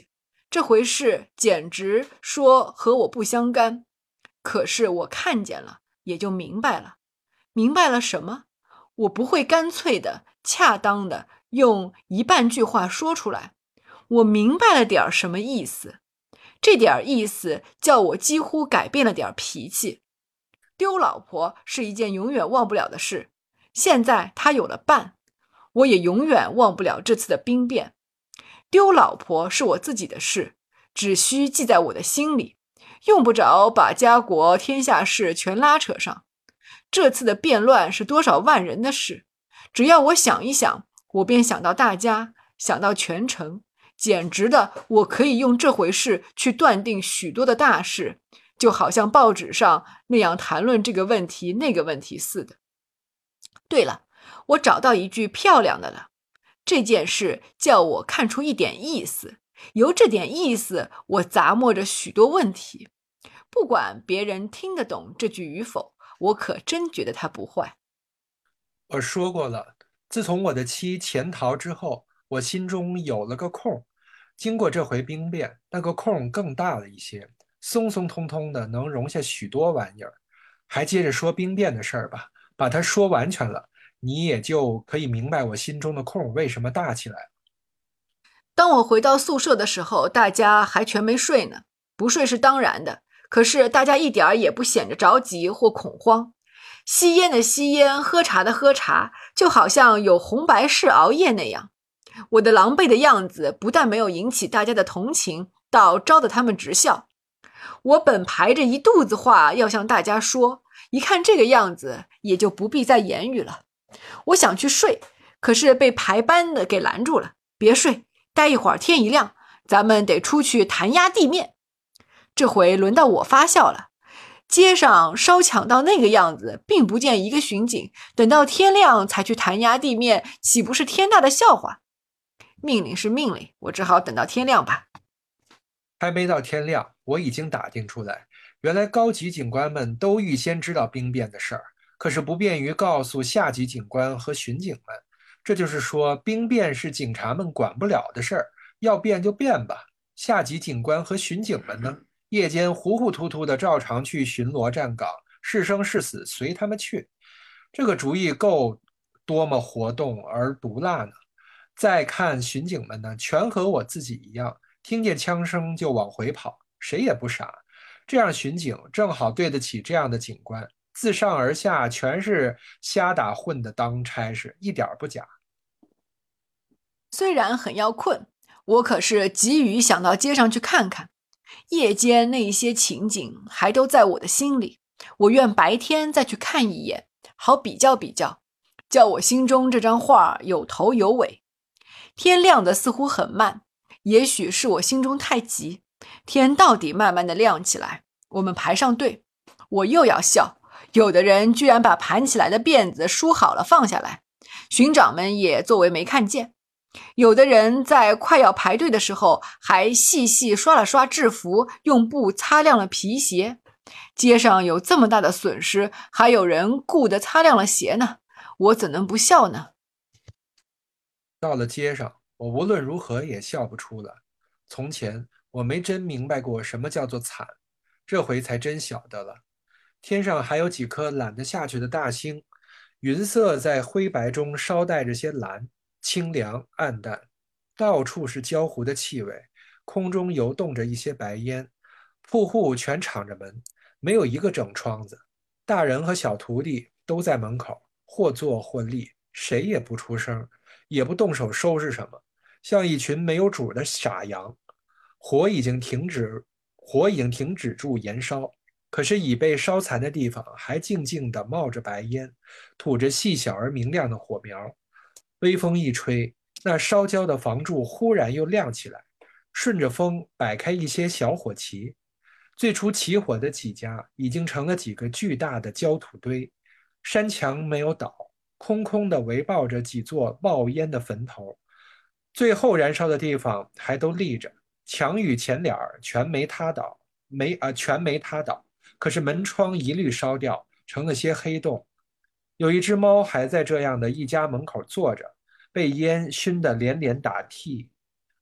这回事简直说和我不相干。可是我看见了，也就明白了。明白了什么？我不会干脆的、恰当的用一半句话说出来。我明白了点什么意思，这点意思叫我几乎改变了点脾气。丢老婆是一件永远忘不了的事，现在他有了伴，我也永远忘不了这次的兵变。丢老婆是我自己的事，只需记在我的心里，用不着把家国天下事全拉扯上。这次的变乱是多少万人的事，只要我想一想，我便想到大家，想到全城，简直的，我可以用这回事去断定许多的大事，就好像报纸上那样谈论这个问题那个问题似的。对了，我找到一句漂亮的了。这件事叫我看出一点意思，由这点意思我咂摸着许多问题。不管别人听得懂这句与否，我可真觉得它不坏。 我说过了，自从我的妻潜逃之后，我心中有了个空。经过这回兵变，那个空更大了一些，松松通通的，能容下许多玩意儿。还接着说兵变的事儿吧，把它说完全了，你也就可以明白我心中的空为什么大起来了。 当我回到宿舍的时候，大家还全没睡呢。不睡是当然的，可是大家一点儿也不显着着急或恐慌。吸烟的吸烟，喝茶的喝茶，就好像有红白事熬夜那样。我的狼狈的样子不但没有引起大家的同情，倒招得他们直笑。我本排着一肚子话要向大家说，一看这个样子，也就不必再言语了。我想去睡，可是被排班的给拦住了。别睡，待一会儿天一亮，咱们得出去弹压地面。这回轮到我发笑了。街上烧抢到那个样子，并不见一个巡警，等到天亮才去弹压地面，岂不是天大的笑话？命令是命令，我只好等到天亮吧。 还没到天亮，我已经打听出来，原来高级警官们都预先知道兵变的事儿，可是不便于告诉下级警官和巡警们。这就是说，兵变是警察们管不了的事儿，要变就变吧。下级警官和巡警们呢，夜间糊糊涂涂的照常去巡逻站岗，是生是死随他们去。这个主意够多么活动而毒辣呢？再看巡警们呢，全和我自己一样，听见枪声就往回跑，谁也不傻。这样巡警正好对得起这样的警官，自上而下全是瞎打混的当差事，一点不假。 虽然很要困，我可是急于想到街上去看看。夜间那一些情景还都在我的心里，我愿白天再去看一眼，好比较比较，叫我心中这张画有头有尾。天亮的似乎很慢，也许是我心中太急，天到底慢慢的亮起来。我们排上队，我又要笑，有的人居然把盘起来的辫子梳好了放下来，巡长们也作为没看见。有的人在快要排队的时候，还细细刷了刷制服，用布擦亮了皮鞋。街上有这么大的损失，还有人顾得擦亮了鞋呢，我怎能不笑呢？ 到了街上，我无论如何也笑不出了。从前我没真明白过什么叫做惨，这回才真晓得了。天上还有几颗懒得下去的大星，云色在灰白中稍带着些蓝，清凉暗淡，到处是焦糊的气味，空中游动着一些白烟，铺户全敞着门，没有一个整窗子。大人和小徒弟都在门口，或坐或立，谁也不出声，也不动手收拾什么，像一群没有主的傻羊。火已经停止，火已经停止住燃烧，可是已被烧残的地方还静静地冒着白烟，吐着细小而明亮的火苗。微风一吹，那烧焦的房柱忽然又亮起来，顺着风摆开一些小火旗。最初起火的几家已经成了几个巨大的焦土堆，山墙没有倒，空空地围抱着几座冒烟的坟头。最后燃烧的地方还都立着，墙与前脸全没塌倒，全没塌倒。可是门窗一律烧掉，成了些黑洞。有一只猫还在这样的一家门口坐着，被烟熏得连连打嚏。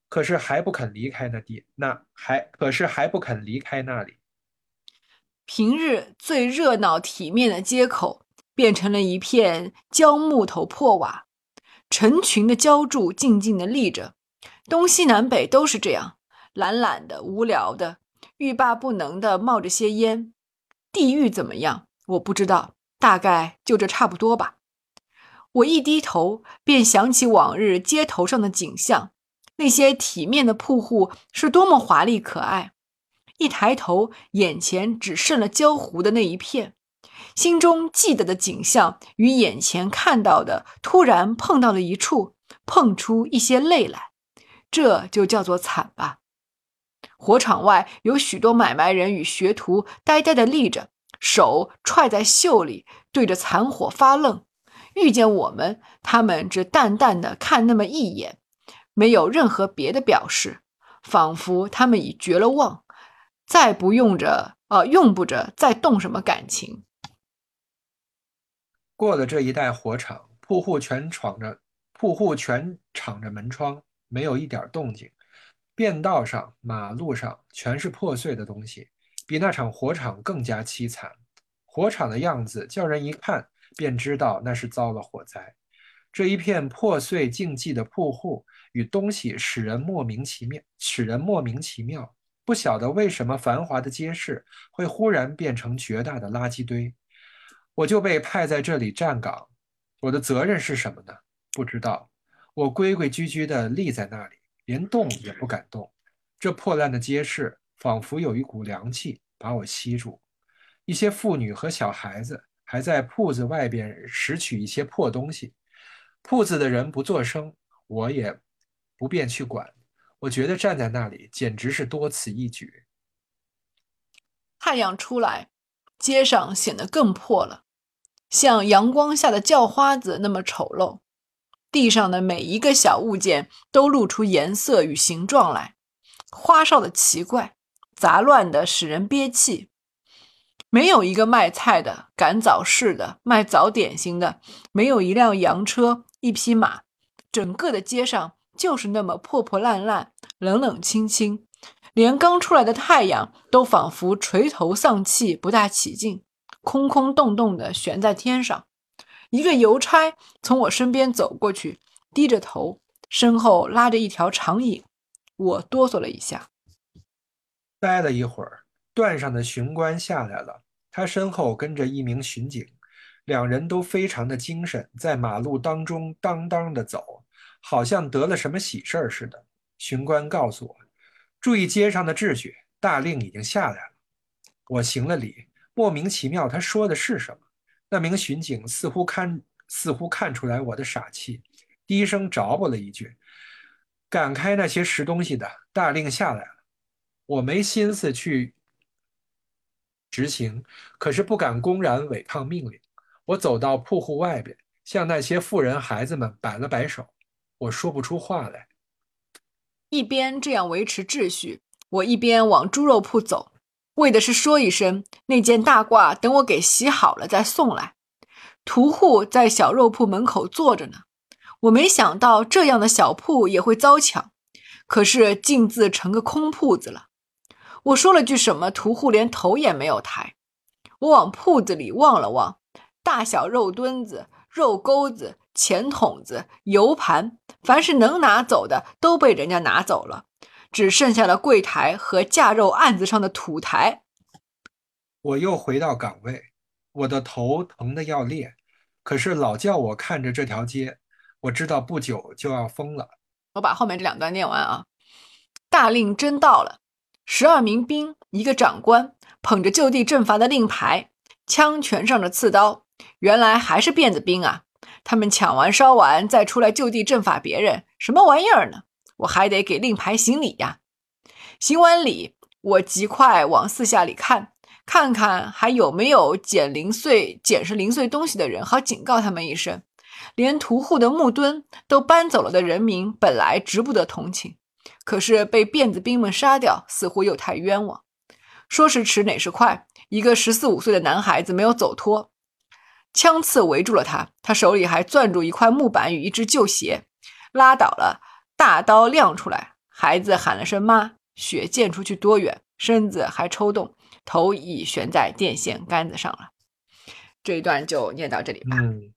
可是还不肯离开那里。 平日最热闹体面的街口，变成了一片焦木头破瓦，成群的浇筑静静地立着，东西南北都是这样，懒懒的、无聊的，欲罢不能的冒着些烟。地狱怎么样？我不知道，大概就这差不多吧。我一低头，便想起往日街头上的景象，那些体面的铺户是多么华丽可爱。一抬头，眼前只剩了焦糊的那一片，心中记得的景象与眼前看到的突然碰到了一处，碰出一些泪来，这就叫做惨吧。火场外有许多买卖人与学徒呆呆地立着，手揣在袖里，对着残火发愣。遇见我们，他们只淡淡地看那么一眼，没有任何别的表示，仿佛他们已绝了望，再不用不着再动什么感情。 过了这一带火场，铺户全敞着门窗，没有一点动静。便道上、马路上全是破碎的东西，比那场火场更加凄惨。火场的样子叫人一看便知道那是遭了火灾。这一片破碎静寂的铺户与东西使人莫名其妙，不晓得为什么繁华的街市会忽然变成绝大的垃圾堆。我就被派在这里站岗，我的责任是什么呢？不知道。我规规矩矩地立在那里，连动也不敢动。这破烂的街市仿佛有一股凉气把我吸住。一些妇女和小孩子还在铺子外边拾取一些破东西。铺子的人不作声，我也不便去管。我觉得站在那里简直是多此一举。 太阳出来，街上显得更破了，像阳光下的叫花子那么丑陋。地上的每一个小物件都露出颜色与形状来，花哨的奇怪，杂乱的使人憋气。没有一个卖菜的、赶早市的、卖早点心的，没有一辆洋车、一匹马，整个的街上就是那么破破烂烂、冷冷清清，连刚出来的太阳都仿佛垂头丧气，不大起劲，空空洞洞的悬在天上。一个邮差从我身边走过去，低着头，身后拉着一条长影。我哆嗦了一下。 待了一会儿，段上的巡官下来了，他身后跟着一名巡警，两人都非常的精神，在马路当中当当的走，好像得了什么喜事儿似的。巡官告诉我，注意街上的秩序，大令已经下来了。我行了礼，莫名其妙，他说的是什么？那名巡警似乎看出来我的傻气，低声着补了一句：“赶开那些拾东西的，大令下来了。”我没心思去执行，可是不敢公然违抗命令。我走到铺户外边，向那些妇人孩子们摆了摆手，我说不出话来。 一边这样维持秩序，我一边往猪肉铺走，为的是说一声那件大褂等我给洗好了再送来。屠户在小肉铺门口坐着呢，我没想到这样的小铺也会遭抢，可是竟自成个空铺子了。我说了句什么，屠户连头也没有抬。我往铺子里望了望，大小肉墩子、肉钩子、钱筒子、油盘，凡是能拿走的都被人家拿走了，只剩下了柜台和架肉案子上的土台。 我又回到岗位，我的头疼得要裂，可是老叫我看着这条街，我知道不久就要疯了。 我把后面这两段念完啊。大令真到了，12名兵，一个长官，捧着就地正法的令牌，枪全上着刺刀。原来还是辫子兵啊！他们抢完烧完再出来就地正法别人，什么玩意儿呢？我还得给令牌行礼呀。行完礼，我极快往四下里看，看看还有没有捡拾零碎东西的人，好警告他们一声。连屠户的木墩都搬走了的人民，本来值不得同情，可是被辫子兵们杀掉，似乎又太冤枉。说时迟，哪时快，一个14、15岁的男孩子没有走脱，枪刺围住了他，他手里还攥住一块木板与一只旧鞋，拉倒了，大刀亮出来， 孩子喊了声妈，血溅出去多远，身子还抽动，头已悬在电线杆子上了。这一段就念到这里吧。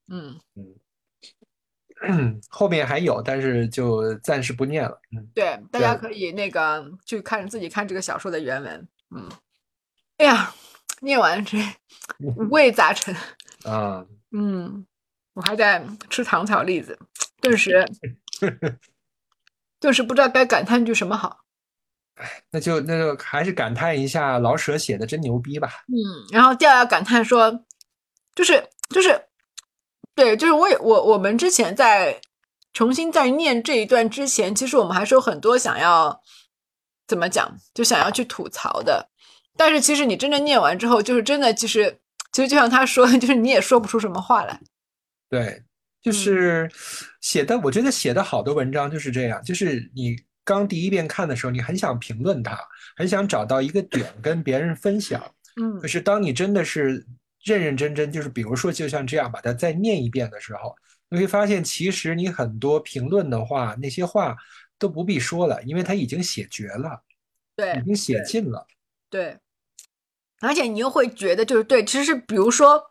后面还有，但是就暂时不念了。 对，大家可以那个去看自己看这个小说的原文。哎呀，念完这五味杂陈啊。 我还在吃糖炒栗子，顿时不知道该感叹句什么好。 那就还是感叹一下老舍写的真牛逼吧。 然后第二要感叹说，就是对，就是我们之前在重新在念这一段之前，其实我们还是有很多想要怎么讲，就想要去吐槽的。但是其实你真正念完之后，就是真的，其实就像他说，就是你也说不出什么话来。 对，就是写的，我觉得写的好的文章就是这样，就是你刚第一遍看的时候，你很想评论它，很想找到一个点跟别人分享。可是当你真的是认认真真，就是比如说就像这样把它再念一遍的时候，你会发现其实你很多评论的话，那些话都不必说了，因为它已经写绝了， 对， 已经写尽了。 对，而且你又会觉得就是对，其实比如说，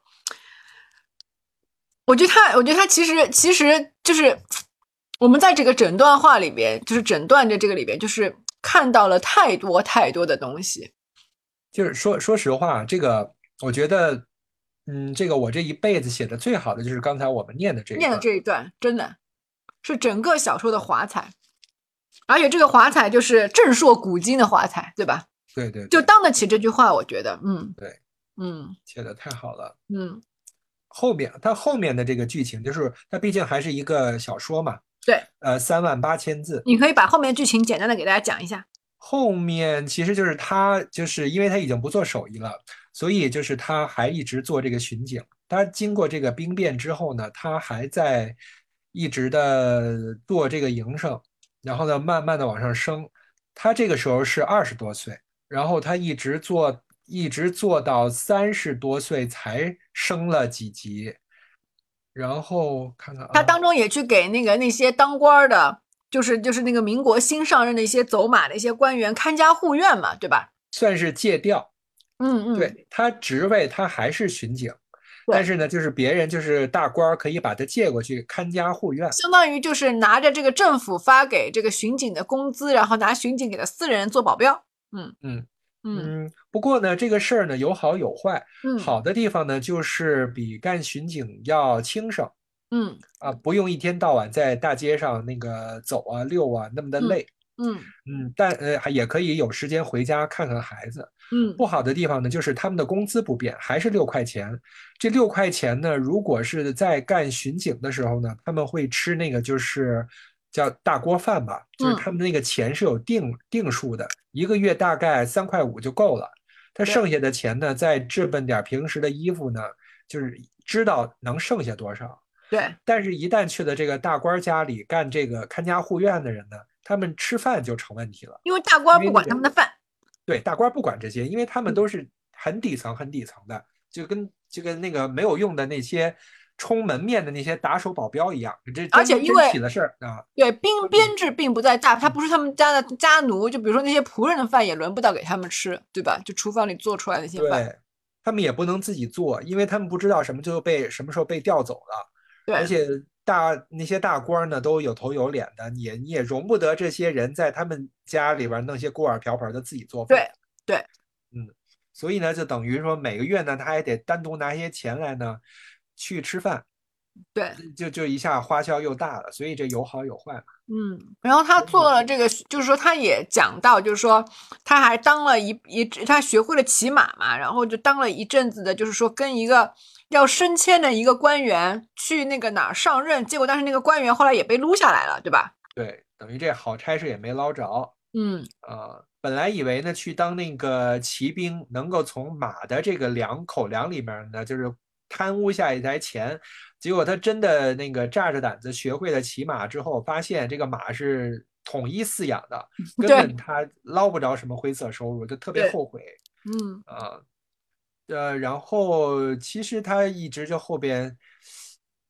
我觉得他其实就是我们在这个整段话里边，就是整段的这个里边，就是看到了太多太多的东西。 就是说实话，这个我觉得，这个我这一辈子写的最好的就是刚才我们念的这一段。 念的这一段真的是整个小说的华彩，而且这个华彩就是正硕古今的华彩，对吧？ 对， 就当得起这句话，我觉得， 对，写的太好了。它后面的这个剧情，就是它毕竟还是一个小说嘛。 对 ，38000字。 你可以把后面剧情简单的给大家讲一下。 后面其实就是他，就是因为他已经不做手艺了，所以就是他还一直做这个巡警。他经过这个兵变之后呢，他还在一直的做这个营生，然后呢，慢慢的往上升。他这个时候是20多岁，然后他一直做到30多岁才升了几级。然后看看他当中也去给那些当官的，就是那个民国新上任的一些走马的一些官员看家护院嘛，对吧？ 算是借调。 对， 他职位他还是巡警，但是呢，就是别人就是大官可以把他借过去看家护院， 相当于就是拿着这个政府发给这个巡警的工资，然后拿巡警给他私人做保镖。 不过呢，这个事儿呢有好有坏。好的地方呢，就是比干巡警要轻省。不用一天到晚在大街上那个走啊溜啊那么的累。但也可以有时间回家看看孩子。不好的地方呢，就是他们的工资不变，还是6块钱。这6块钱呢，如果是在干巡警的时候呢，他们会吃那个就是叫大锅饭吧，就是他们那个钱是有定数的，一个月大概3块5就够了。他剩下的钱呢，再置办点平时的衣服呢，就是知道能剩下多少。 对， 但是，一旦去了这个大官家里干这个看家护院的人呢，他们吃饭就成问题了， 因为大官不管他们的饭。 对，大官不管这些，因为他们都是很底层、很底层的，就跟那个没有用的那些充门面的那些打手保镖一样。 而且因为起了事儿啊， 对编制并不在大，他不是他们家的家奴，就比如说那些仆人的饭也轮不到给他们吃，对吧？就厨房里做出来的那些饭， 对，他们也不能自己做，因为他们不知道什么时候被调走了。 对， 而且那些大官呢都有头有脸的，你也容不得这些人在他们家里边弄些锅碗瓢盆的自己做饭。 对， 所以呢，就等于说每个月呢，他还得单独拿一些钱来呢去吃饭。 对， 就一下花销又大了，所以这有好有坏嘛。 然后他做了这个，就是说他也讲到，就是说他还当了他学会了骑马嘛，然后就当了一阵子的，就是说跟一个要升迁的一个官员去那个哪儿上任，结果但是那个官员后来也被撸下来了，对吧？ 对，等于这好差事也没捞着。本来以为呢去当那个骑兵，能够从马的这个口粮里面呢，就是贪污下一台钱。结果他真的那个炸着胆子学会了骑马之后，发现这个马是统一饲养的，根本他捞不着什么灰色收入，就特别后悔。然后其实他一直就后边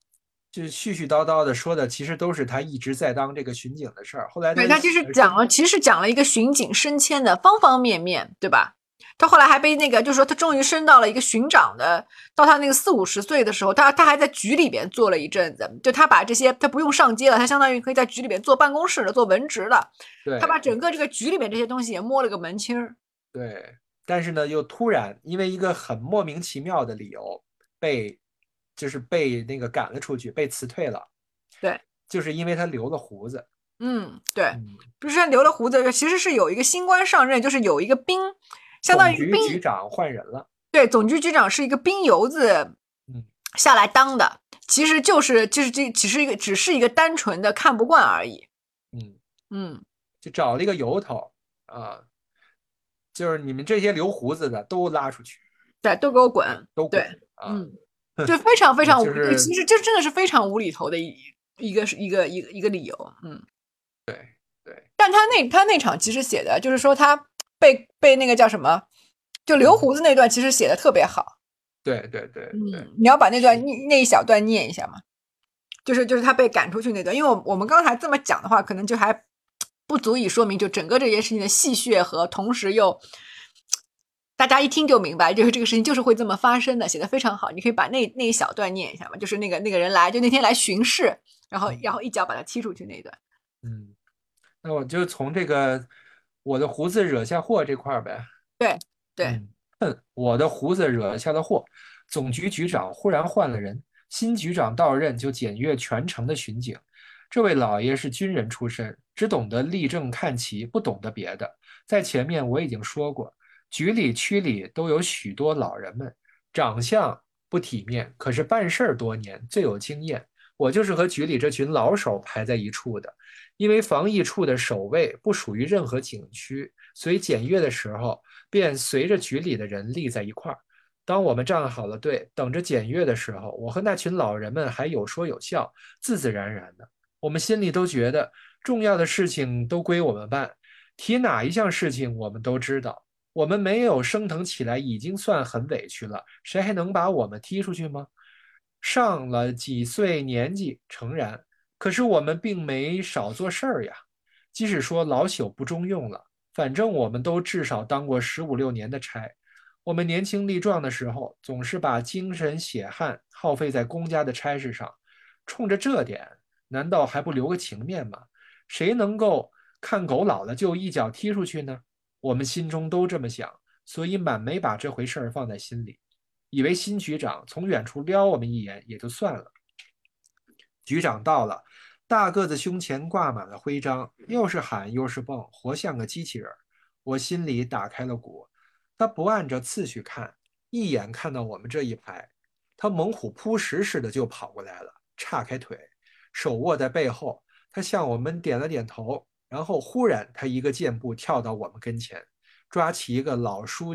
就絮絮叨叨的说的，其实都是他一直在当这个巡警的事儿。后来对，他就是其实讲了一个巡警升迁的方方面面，对吧？他后来还被那个，就是说他终于升到了一个巡长的，到他那个40、50岁的时候，他还在局里边做了一阵子，就他把这些他不用上街了，他相当于可以在局里边做办公室的，做文职的， 对， 他把整个这个局里面这些东西也摸了个门清儿。 对，但是呢，又突然因为一个很莫名其妙的理由被那个赶了出去，被辞退了。 对， 就是因为他留了胡子。 对，不是留了胡子，其实是有一个新官上任，就是有一个兵，相当于总局局长换人了。 对，总局局长是一个兵油子下来当的，其实就是这只是一个单纯的看不惯而已。 就找了一个由头啊，就是你们这些留胡子的都拉出去， 对，都给我滚， 都滚啊！ 就非常非常就是其实这真的是非常无厘头的一个理由。 对。 但他那场其实写的就是说他被那个叫什么，就留胡子那段其实写的特别好。 对， 你要把那一小段念一下吗？就是他被赶出去那段，因为我们刚才这么讲的话，可能就还不足以说明就整个这件事情的戏谑和同时又大家一听就明白，就是这个事情就是会这么发生的，写的非常好。你可以把那一小段念一下嘛，就是那个人来，就那天来巡视，然后一脚把他踢出去那一段。 那我就从这个我的胡子惹下祸这块儿呗。 对， 我的胡子惹下了祸。总局局长忽然换了人，新局长到任就检阅全城的巡警。这位老爷是军人出身，只懂得立正看齐，不懂得别的。在前面我已经说过，局里区里都有许多老人们，长相不体面，可是办事多年，最有经验。我就是和局里这群老手排在一处的。因为防疫处的守卫不属于任何警区，所以检阅的时候便随着局里的人立在一块儿。当我们站好了队，等着检阅的时候，我和那群老人们还有说有笑，自自然然的。我们心里都觉得重要的事情都归我们办，提哪一项事情我们都知道。我们没有升腾起来已经算很委屈了，谁还能把我们踢出去吗？上了几岁年纪，诚然。可是我们并没少做事儿呀，即使说老朽不中用了，反正我们都至少当过15、16年的差。我们年轻力壮的时候，总是把精神血汗耗费在公家的差事上，冲着这点，难道还不留个情面吗？谁能够看狗老了就一脚踢出去呢？我们心中都这么想，所以满没把这回事儿放在心里，以为新局长从远处撩我们一眼也就算了。局长到了，大个子胸前挂满了徽章，又是喊又是蹦，活像个机器人。我心里打开了鼓。他不按着次序看，一眼看到我们这一排，他猛虎扑食似的就跑过来了，岔开腿，手握在背后。他向我们点了点头，然后忽然他一个箭步跳到我们跟前，抓起一个老书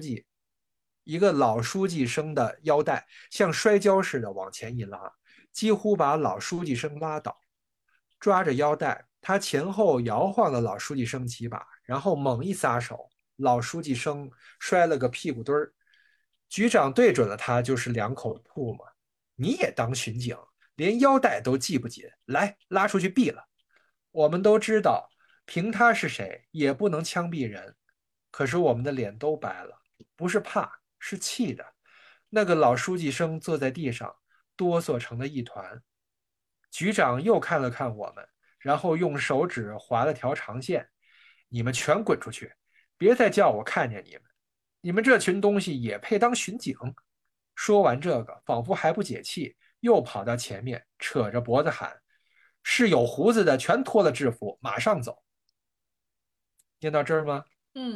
记生的腰带，像摔跤似的往前一拉，几乎把老书记生拉倒。抓着腰带，他前后摇晃了老书记生几把，然后猛一撒手，老书记生摔了个屁股墩儿。局长对准了他就是两口吐沫。你也当巡警，连腰带都系不紧，来拉出去毙了。我们都知道，凭他是谁也不能枪毙人。可是我们的脸都白了，不是怕，是气的。那个老书记生坐在地上，哆嗦成了一团。局长又看了看我们，然后用手指划了条长线：“你们全滚出去，别再叫我看见你们！你们这群东西也配当巡警？”说完这个，仿佛还不解气，又跑到前面，扯着脖子喊：“是有胡子的，全脱了制服，马上走！”念到这儿吗？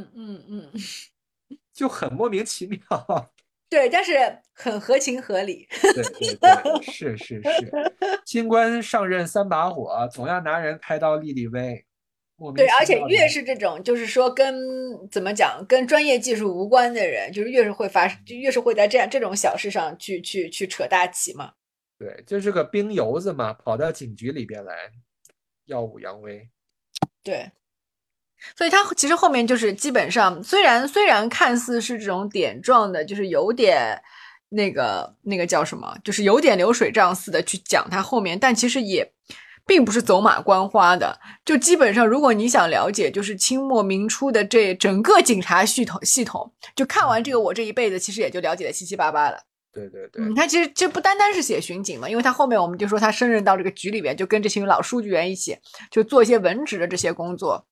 就很莫名其妙。 对，但是很合情合理。 对，是。新官上任3把火，总要拿人开刀立立威。 对，而且越是这种，就是说跟怎么讲，跟专业技术无关的人，就是越是会在这种小事上去扯大旗嘛。 对，就是个兵油子嘛，跑到警局里边来耀武扬威。 对，所以他其实后面就是基本上，虽然看似是这种点状的，就是有点那个叫什么，就是有点流水账似的去讲它后面，但其实也并不是走马观花的。就基本上，如果你想了解就是清末明初的这整个警察系统，就看完这个我这一辈子，其实也就了解的七七八八了。 对对对， 他其实这不单单是写巡警嘛，因为他后面我们就说他升任到这个局里边，就跟这群老书记员一起就做一些文职的这些工作。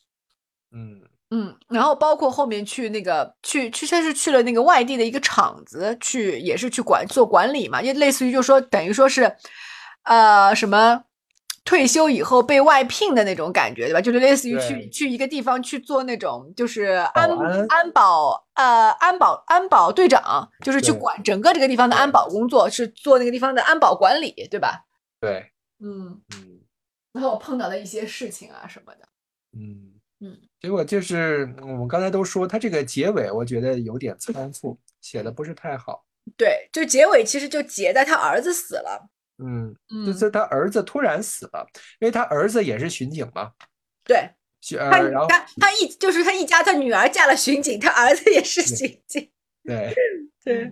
然后包括后面去那个他是去了那个外地的一个厂子去，也是去做管理嘛，也类似于就说等于说是什么退休以后被外聘的那种感觉，对吧？就是类似于去一个地方去做那种就是安保队长，就是去管整个这个地方的安保工作，是做那个地方的安保管理，对吧？ 对， 然后我碰到的一些事情啊什么的， 结果就是我们刚才都说他这个结尾我觉得有点仓促，写的不是太好。 对，就结尾其实就结在他儿子死了。 就是他儿子突然死了，因为他儿子也是巡警嘛。 对， 然后就是他一家，他女儿嫁了巡警，他儿子也是巡警。 对对，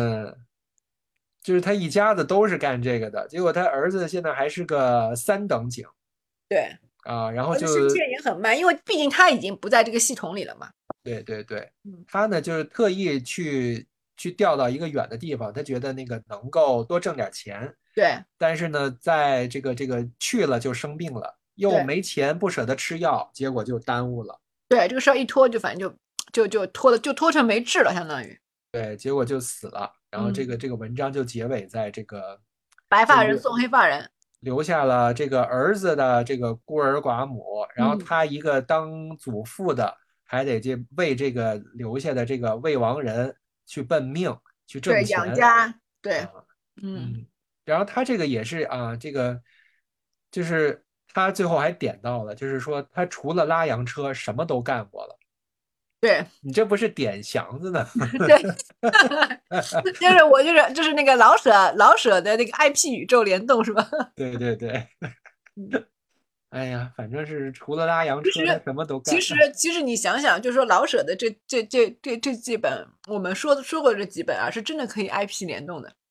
就是他一家子都是干这个的，结果他儿子现在还是个3等警。 对然后就升迁也很慢，因为毕竟他已经不在这个系统里了嘛。 对对对，他呢就是特意去调到一个远的地方，他觉得那个能够多挣点钱。 对，但是呢，在这个去了就生病了，又没钱，不舍得吃药，结果就耽误了。 对，这个事儿一拖，就反正就拖成没治了，相当于。 对，结果就死了。然后这个文章就结尾在这个白发人送黑发人， 留下了这个儿子的这个孤儿寡母，然后他一个当祖父的还得为这个留下的这个未亡人去奔命去挣钱养家。对， 然后他这个也是这个就是他最后还点到了，就是说他除了拉洋车什么都干过了。 对， 你这不是点祥子呢？ 对，就是那个老舍的那个 IP 宇宙联动是吧？ 对对对。哎呀，反正是除了拉洋车他什么都干。 其实你想想，就是说老舍的这几本，我们说过这几本啊，是真的可以 IP 联动的。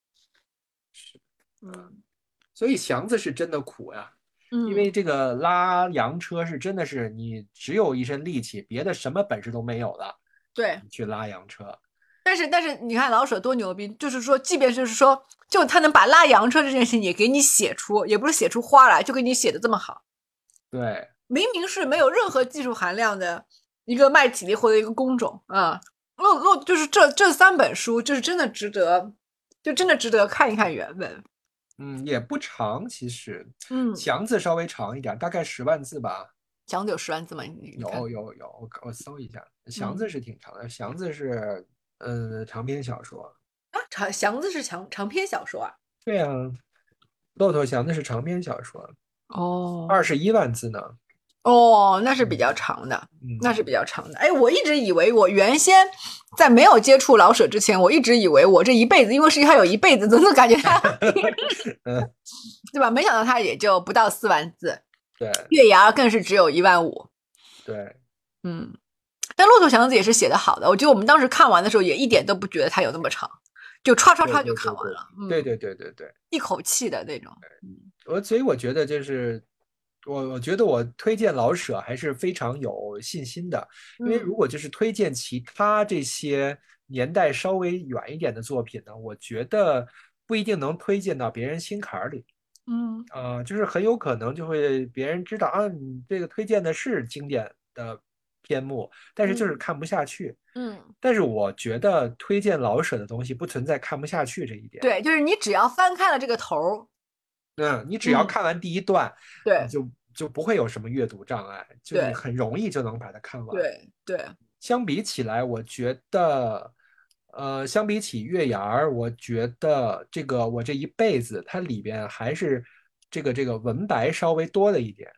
所以祥子是真的苦呀。因为这个拉洋车是真的是你只有一身力气，别的什么本事都没有的。 对， 去拉洋车。 但是你看老舍多牛逼，就是说，即便就是说，就他能把拉洋车这件事情也给你写出，也不是写出花来，就给你写的这么好。 对， 明明是没有任何技术含量的一个卖体力活的一个工种啊。就是这3本书，就是真的值得看一看原文。 也不长，其实。祥子稍微长一点，大概10万字吧。 祥子有10万字吗？ 有，我搜一下，祥子是挺长的。祥子是长篇小说啊。祥子是长篇小说啊？ 对啊，骆驼祥子是长篇小说。21万字呢。 那是比较长的，哎，我一直以为，我原先在没有接触老舍之前，我一直以为我这一辈子，因为实际上有一辈子，总感觉他，对吧？没想到他也就不到4万字。 对， 月牙更是只有1万5。 对， 但骆驼祥子也是写的好的，我觉得我们当时看完的时候也一点都不觉得它有那么长，就唰就看完了。 对， 一口气的那种。 所以我觉得就是我觉得我推荐老舍还是非常有信心的，因为如果就是推荐其他这些年代稍微远一点的作品呢，我觉得不一定能推荐到别人心坎里。就是很有可能就会别人知道你这个推荐的是经典的篇目，但是就是看不下去。但是我觉得推荐老舍的东西不存在看不下去这一点。 对，就是你只要翻开了这个头， 你只要看完第一段， 对， 就不会有什么阅读障碍，就你很容易就能把它看完。 对。 相比起来，我觉得，相比起月牙我觉得我这一辈子，它里边还是这个文白稍微多了一点。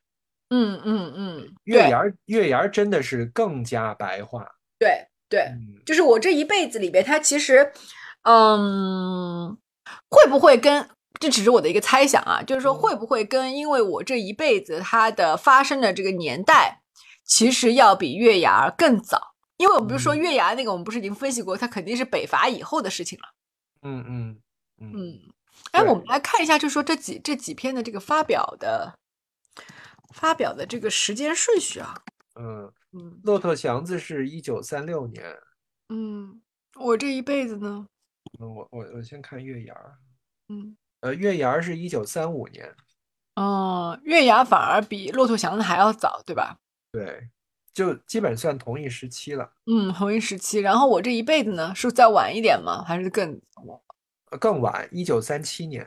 月牙真的是更加白话。 对，就是我这一辈子里边，它其实，会不会跟？这只是我的一个猜想啊，就是说会不会跟因为我这一辈子它的发生的这个年代，其实要比月牙更早，因为我们不是说月牙那个，我们不是已经分析过，它肯定是北伐以后的事情了。 哎，我们来看一下，就是说这几篇的这个发表的这个时间顺序啊。 骆驼祥子是1936年。 我这一辈子呢？ 我先看月牙。 月牙是1935年。 月牙反而比骆驼祥子还要早，对吧？ 对，就基本算同一时期了。 同一时期。然后我这一辈子呢，是再晚一点吗？还是更晚？1937年。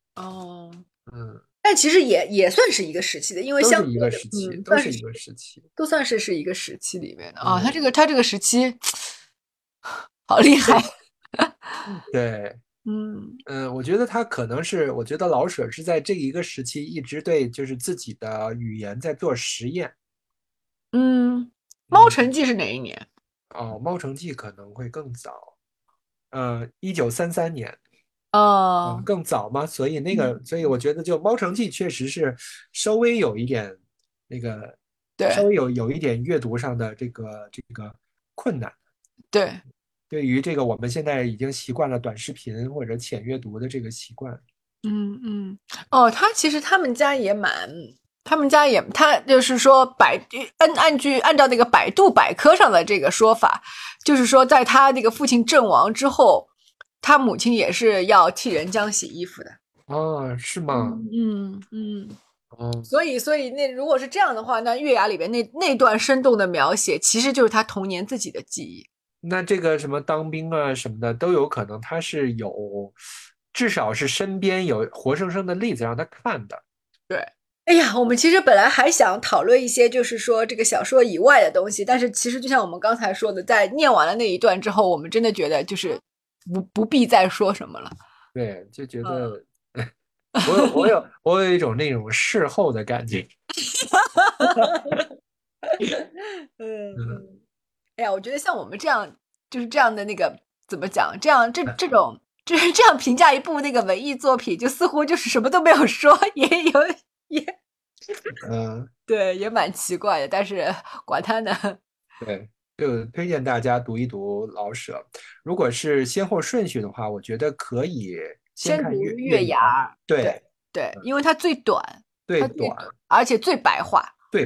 但其实也算是一个时期的，因为都是一个时期，都是一个时期， 都算是一个时期里面的啊。他这个时期好厉害。 对，我觉得他可能是，我觉得老舍是在这一个时期一直对就是自己的语言在做实验。 猫城记是哪一年？ 猫城记可能会更早，1933年。更早嘛，所以所以我觉得就猫城记确实是稍微有一点那个，稍微有一点阅读上的这个困难。对于这个我们现在已经习惯了短视频或者浅阅读的这个习惯。 其实他们家也他就是说按照那个百度百科上的这个说法，就是说在他那个父亲阵亡之后，他母亲也是要替人浆洗衣服的。 是吗？ 所以那如果是这样的话，那月牙里边那段生动的描写，其实就是他童年自己的记忆。 那这个什么当兵啊什么的都有可能，他是至少是身边有活生生的例子让他看的。 对。哎呀，我们其实本来还想讨论一些就是说这个小说以外的东西，但是其实就像我们刚才说的，在念完了那一段之后，我们真的觉得就是不必再说什么了。 对，就觉得我有一种那种事后的感觉。 哎呀，我觉得像我们这样就是这样的那个怎么讲，这样评价一部那个文艺作品，就似乎就是什么都没有说，对，也蛮奇怪的，但是管他呢。 对，就推荐大家读一读老舍。如果是先后顺序的话，我觉得可以看先读月牙。 对， 因为它最短，而且最白话。 对。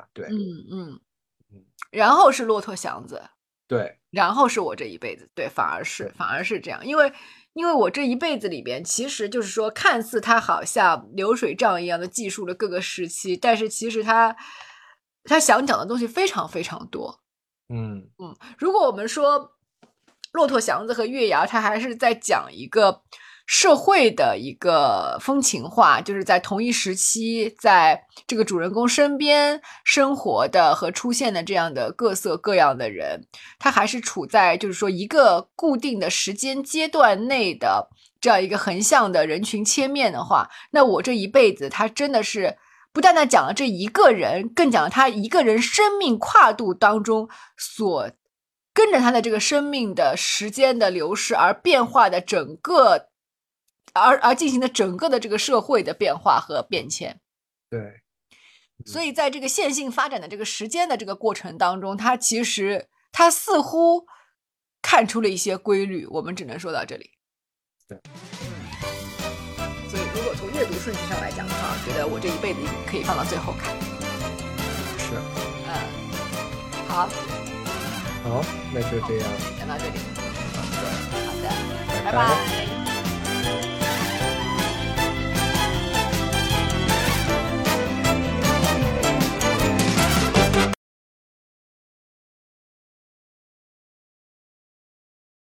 然后是骆驼祥子。 对。 然后是我这一辈子。对，反而是这样，因为我这一辈子里边，其实就是说，看似它好像流水账一样的记述了各个时期，但是其实他想讲的东西非常非常多。如果我们说骆驼祥子和月牙，他还是在讲一个社会的一个风情画，就是在同一时期，在这个主人公身边生活的和出现的这样的各色各样的人，他还是处在就是说一个固定的时间阶段内的这样一个横向的人群切面的话，那我这一辈子他真的是不单单讲了这一个人，更讲了他一个人生命跨度当中所跟着他的这个生命的时间的流逝而变化的整个而进行的整个的这个社会的变化和变迁。 对。 所以在这个线性发展的这个时间的这个过程当中，他似乎看出了一些规律，我们只能说到这里。 对。 所以如果从阅读顺序上来讲的话，我觉得我这一辈子可以放到最后看。 是。 好， 那就这样， 讲到这里。 好的， 拜拜。